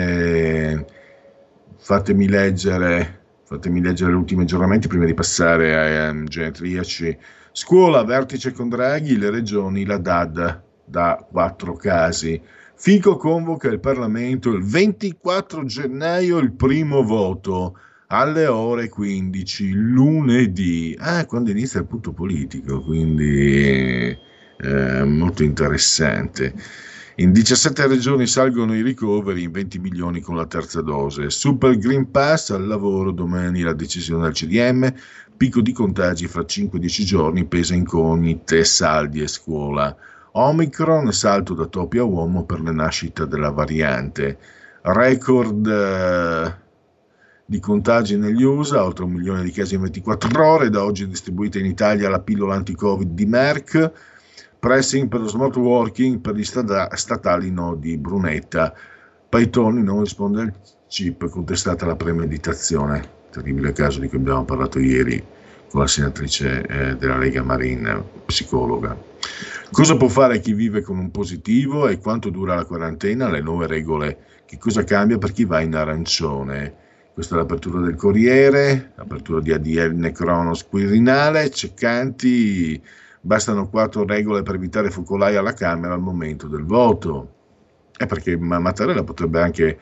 Eh, fatemi leggere, fatemi leggere gli ultimi aggiornamenti prima di passare ai um, genetriaci. Scuola, vertice con Draghi, le regioni, la D A D da quattro casi. Fico convoca il Parlamento il ventiquattro gennaio, il primo voto alle ore quindici, lunedì. Ah, quando inizia il punto politico, quindi eh, molto interessante. In diciassette regioni salgono i ricoveri, in venti milioni con la terza dose. Super Green Pass al lavoro, domani la decisione del C D M, picco di contagi fra cinque dieci giorni, pesa incognite, saldi e scuola. Omicron, salto da topi a uomo per la nascita della variante. Record eh, di contagi negli U S A, oltre un milione di casi in ventiquattro ore, da oggi è distribuita in Italia la pillola anti-Covid di Merck. Pressing per lo smart working per gli stada- statali no di Brunetta. Paitoni non risponde al chip, contestata la premeditazione. Terribile caso di cui abbiamo parlato ieri con la senatrice eh, della Lega Marin, psicologa. Cosa può fare chi vive con un positivo e quanto dura la quarantena? Le nuove regole, che cosa cambia per chi va in arancione? Questa è l'apertura del Corriere, l'apertura di A D N Cronos Quirinale, Ceccanti, bastano quattro regole per evitare focolai alla Camera al momento del voto. È perché Mattarella potrebbe anche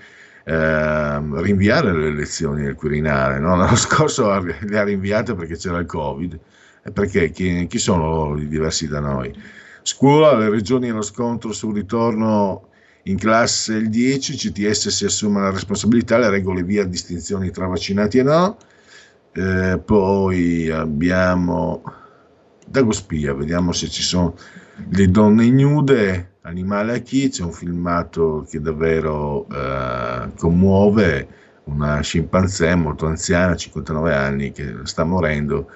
eh, rinviare le elezioni del Quirinale, no? L'anno scorso le ha rinviate perché c'era il Covid, e perché chi, chi sono i diversi da noi? Scuola, le regioni allo scontro sul ritorno in classe il dieci, C T S si assume la responsabilità, le regole via distinzioni tra vaccinati e no. Eh, poi abbiamo Dagospia, vediamo se ci sono le donne ignude, animale a chi, c'è un filmato che davvero eh, commuove, una scimpanzé molto anziana, cinquantanove anni, che sta morendo,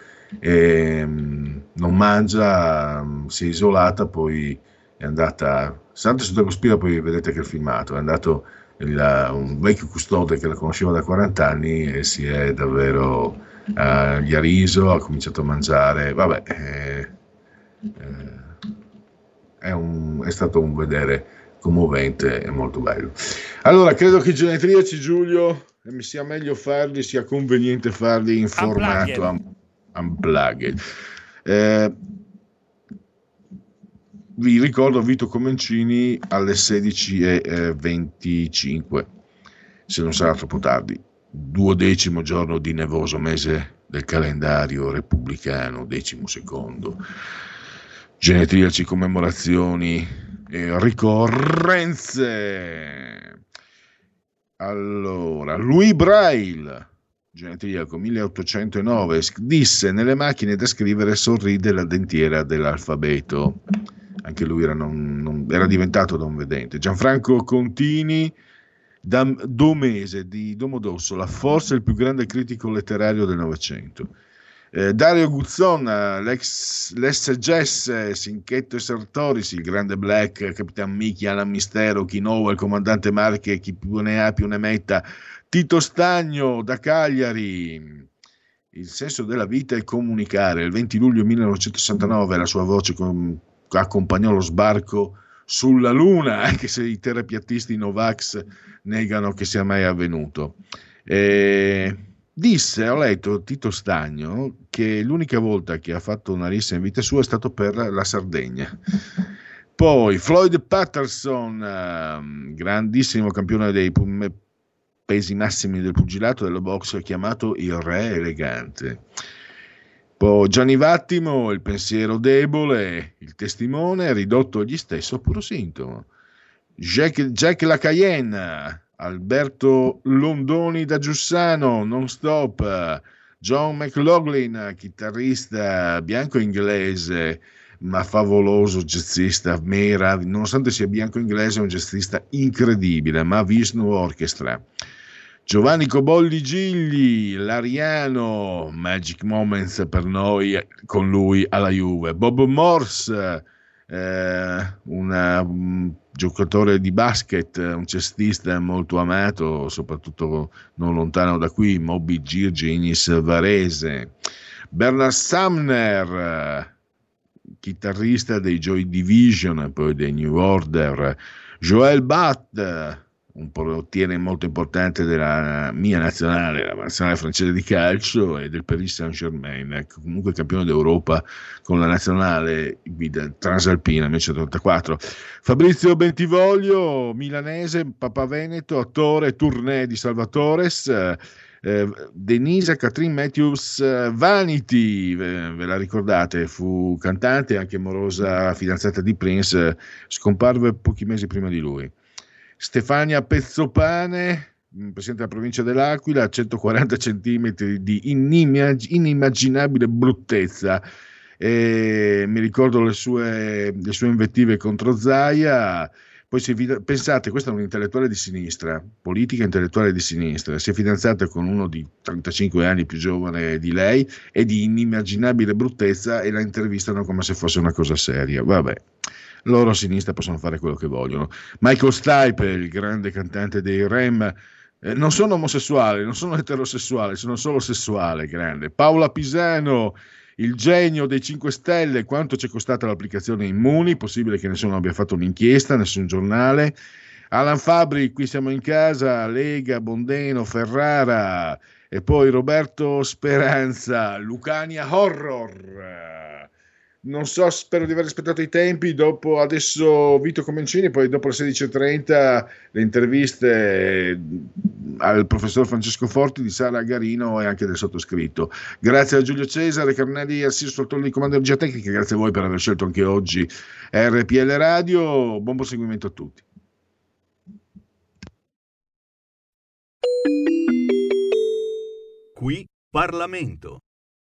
e mh, non mangia, mh, si è isolata, poi è andata, sempre su Dagospia, poi vedete che il filmato, è andato il, un vecchio custode che la conosceva da quaranta anni e si è davvero, uh, gli ha riso, ha cominciato a mangiare, vabbè, eh, eh, è, un, è stato un vedere commovente e molto bello. Allora, credo che i genetriaci, Giulio, mi sia meglio farli, sia conveniente farli in formato un, unplugged. Eh, vi ricordo Vito Comencini alle sedici e venticinque, se non sarà troppo tardi. Duodecimo giorno di nevoso mese del calendario repubblicano, decimo secondo. Genetriaci, commemorazioni e ricorrenze. Allora, Louis Braille, genetriaco milleottocentonove, disse: nelle macchine da scrivere sorride la dentiera dell'alfabeto. Anche lui era, non, non, era diventato non vedente. Gianfranco Contini, da Domese di Domodossola, forse il più grande critico letterario del Novecento. Eh, Dario Guzzon, l'ex, l'ex Jess, Sinchetto e Sartoris, il grande Black, Capitan Mickey, Alan Mistero, Chinoa, il comandante Marche, chi più ne ha più ne metta, Tito Stagno da Cagliari. Il senso della vita è comunicare. Il venti luglio millenovecentosessantanove la sua voce con accompagnò lo sbarco sulla Luna, anche se i terapiatisti Novax negano che sia mai avvenuto. E disse, ho letto Tito Stagno, che l'unica volta che ha fatto una rissa in vita sua è stato per la Sardegna. Poi Floyd Patterson, grandissimo campione dei pesi massimi del pugilato, dello box, chiamato il re elegante. Poi Gianni Vattimo, il pensiero debole, il testimone, ridotto agli stesso puro sintomo. Jack, Jack Lacayenne, Alberto Londoni da Giussano, non stop. John McLaughlin, chitarrista bianco-inglese, ma favoloso jazzista, Mera, nonostante sia bianco inglese, è un jazzista incredibile, ma Vishnu Orchestra. Giovanni Cobolli Gigli, l'Ariano, Magic Moments per noi, con lui alla Juve. Bob Morse, eh, una, un giocatore di basket, un cestista molto amato, soprattutto non lontano da qui, Moby Girginis Varese. Bernard Sumner, chitarrista dei Joy Division e poi dei New Order. Joel Butt, un portiere molto importante della mia nazionale, la nazionale francese di calcio, e del Paris Saint-Germain, comunque campione d'Europa con la nazionale guida transalpina millenovecentoottantaquattro. Fabrizio Bentivoglio, milanese, papà veneto, attore, tournée di Salvatores. Eh, Denisa Catherine Matthews eh, Vanity, ve, ve la ricordate, fu cantante e anche amorosa fidanzata di Prince, eh, scomparve pochi mesi prima di lui. Stefania Pezzopane, presidente della provincia dell'Aquila, centoquaranta centimetri di inimag- inimmaginabile bruttezza. E mi ricordo le sue, le sue invettive contro Zaia. Poi si, pensate, questa è un intellettuale di sinistra, politica intellettuale di sinistra, si è fidanzata con uno di trentacinque anni più giovane di lei e di inimmaginabile bruttezza, e la intervistano come se fosse una cosa seria. Vabbè, loro a sinistra possono fare quello che vogliono. Michael Stipe, il grande cantante dei R E M, eh, non sono omosessuale, non sono eterosessuale, sono solo sessuale, grande. Paola Pisano, il genio dei cinque Stelle, quanto ci è costata l'applicazione Immuni, possibile che nessuno abbia fatto un'inchiesta, nessun giornale. Alan Fabri, qui siamo in casa, Lega, Bondeno, Ferrara, e poi Roberto Speranza, Lucania Horror. Non so, spero di aver rispettato i tempi. Dopo adesso Vito Comencini, poi dopo le sedici e trenta le interviste al professor Francesco Forti, di Sara Garino e anche del sottoscritto. Grazie a Giulio Cesare, Carnelli, Assiso Soltone di Comando Energia Tecnica, grazie a voi per aver scelto anche oggi R P L Radio. Buon proseguimento a tutti. Qui Parlamento.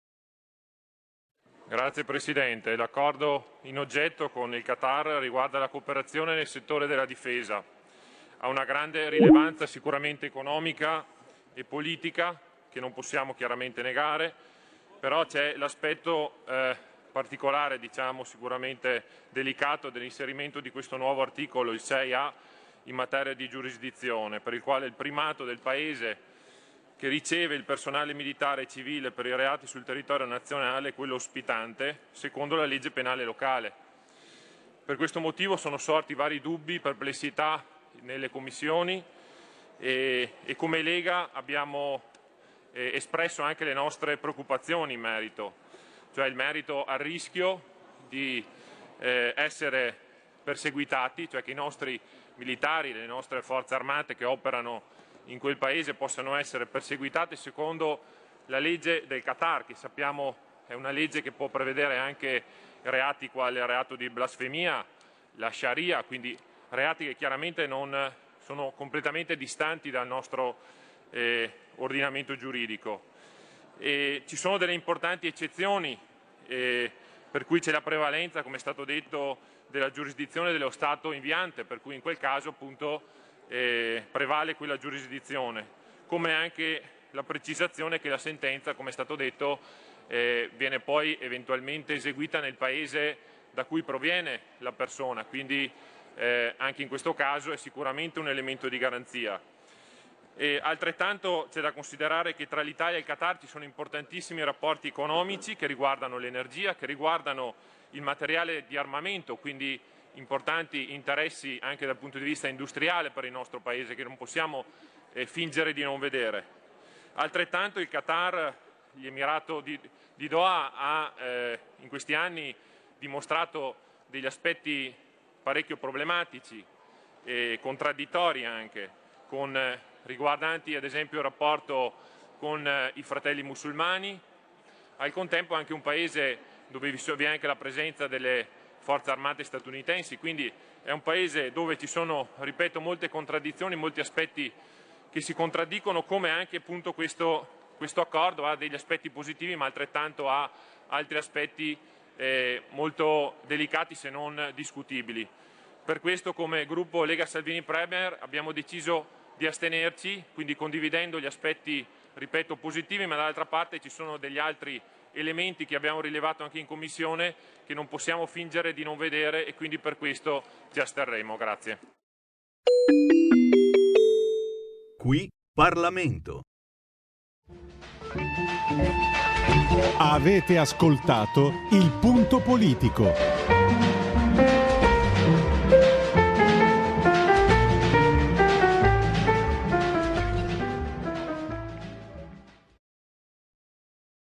Grazie Presidente. L'accordo in oggetto con il Qatar riguarda la cooperazione nel settore della difesa. Ha una grande rilevanza sicuramente economica e politica, che non possiamo chiaramente negare, però c'è l'aspetto eh, particolare, diciamo sicuramente delicato, dell'inserimento di questo nuovo articolo, il sei A, in materia di giurisdizione, per il quale il primato del Paese che riceve il personale militare e civile per i reati sul territorio nazionale è quello ospitante, secondo la legge penale locale. Per questo motivo sono sorti vari dubbi, perplessità nelle commissioni e, e come Lega abbiamo eh, espresso anche le nostre preoccupazioni in merito, cioè il merito al rischio di eh, essere perseguitati, cioè che i nostri militari, le nostre forze armate che operano in quel paese possano essere perseguitate secondo la legge del Qatar, che sappiamo è una legge che può prevedere anche reati quali il reato di blasfemia, la Sharia, quindi reati che chiaramente non sono completamente distanti dal nostro eh, ordinamento giuridico. E ci sono delle importanti eccezioni, eh, per cui c'è la prevalenza, come è stato detto, della giurisdizione dello Stato inviante, per cui in quel caso appunto Eh, prevale quella giurisdizione, come anche la precisazione che la sentenza, come è stato detto, eh, viene poi eventualmente eseguita nel paese da cui proviene la persona, quindi eh, anche in questo caso è sicuramente un elemento di garanzia. E altrettanto c'è da considerare che tra l'Italia e il Qatar ci sono importantissimi rapporti economici che riguardano l'energia, che riguardano il materiale di armamento, quindi importanti interessi anche dal punto di vista industriale per il nostro Paese che non possiamo eh, fingere di non vedere. Altrettanto il Qatar, gli Emirato di, di Doha, ha eh, in questi anni dimostrato degli aspetti parecchio problematici e contraddittori anche, con, eh, riguardanti ad esempio il rapporto con eh, i fratelli musulmani, al contempo anche un Paese dove vi è anche la presenza delle forze armate statunitensi, quindi è un paese dove ci sono, ripeto, molte contraddizioni, molti aspetti che si contraddicono, come anche appunto questo, questo accordo ha degli aspetti positivi ma altrettanto ha altri aspetti eh, molto delicati se non discutibili. Per questo come gruppo Lega Salvini Premier abbiamo deciso di astenerci, quindi condividendo gli aspetti, ripeto, positivi, ma dall'altra parte ci sono degli altri elementi che abbiamo rilevato anche in Commissione che non possiamo fingere di non vedere e quindi per questo ci asterremo. Grazie. Qui Parlamento. Avete ascoltato Il Punto Politico.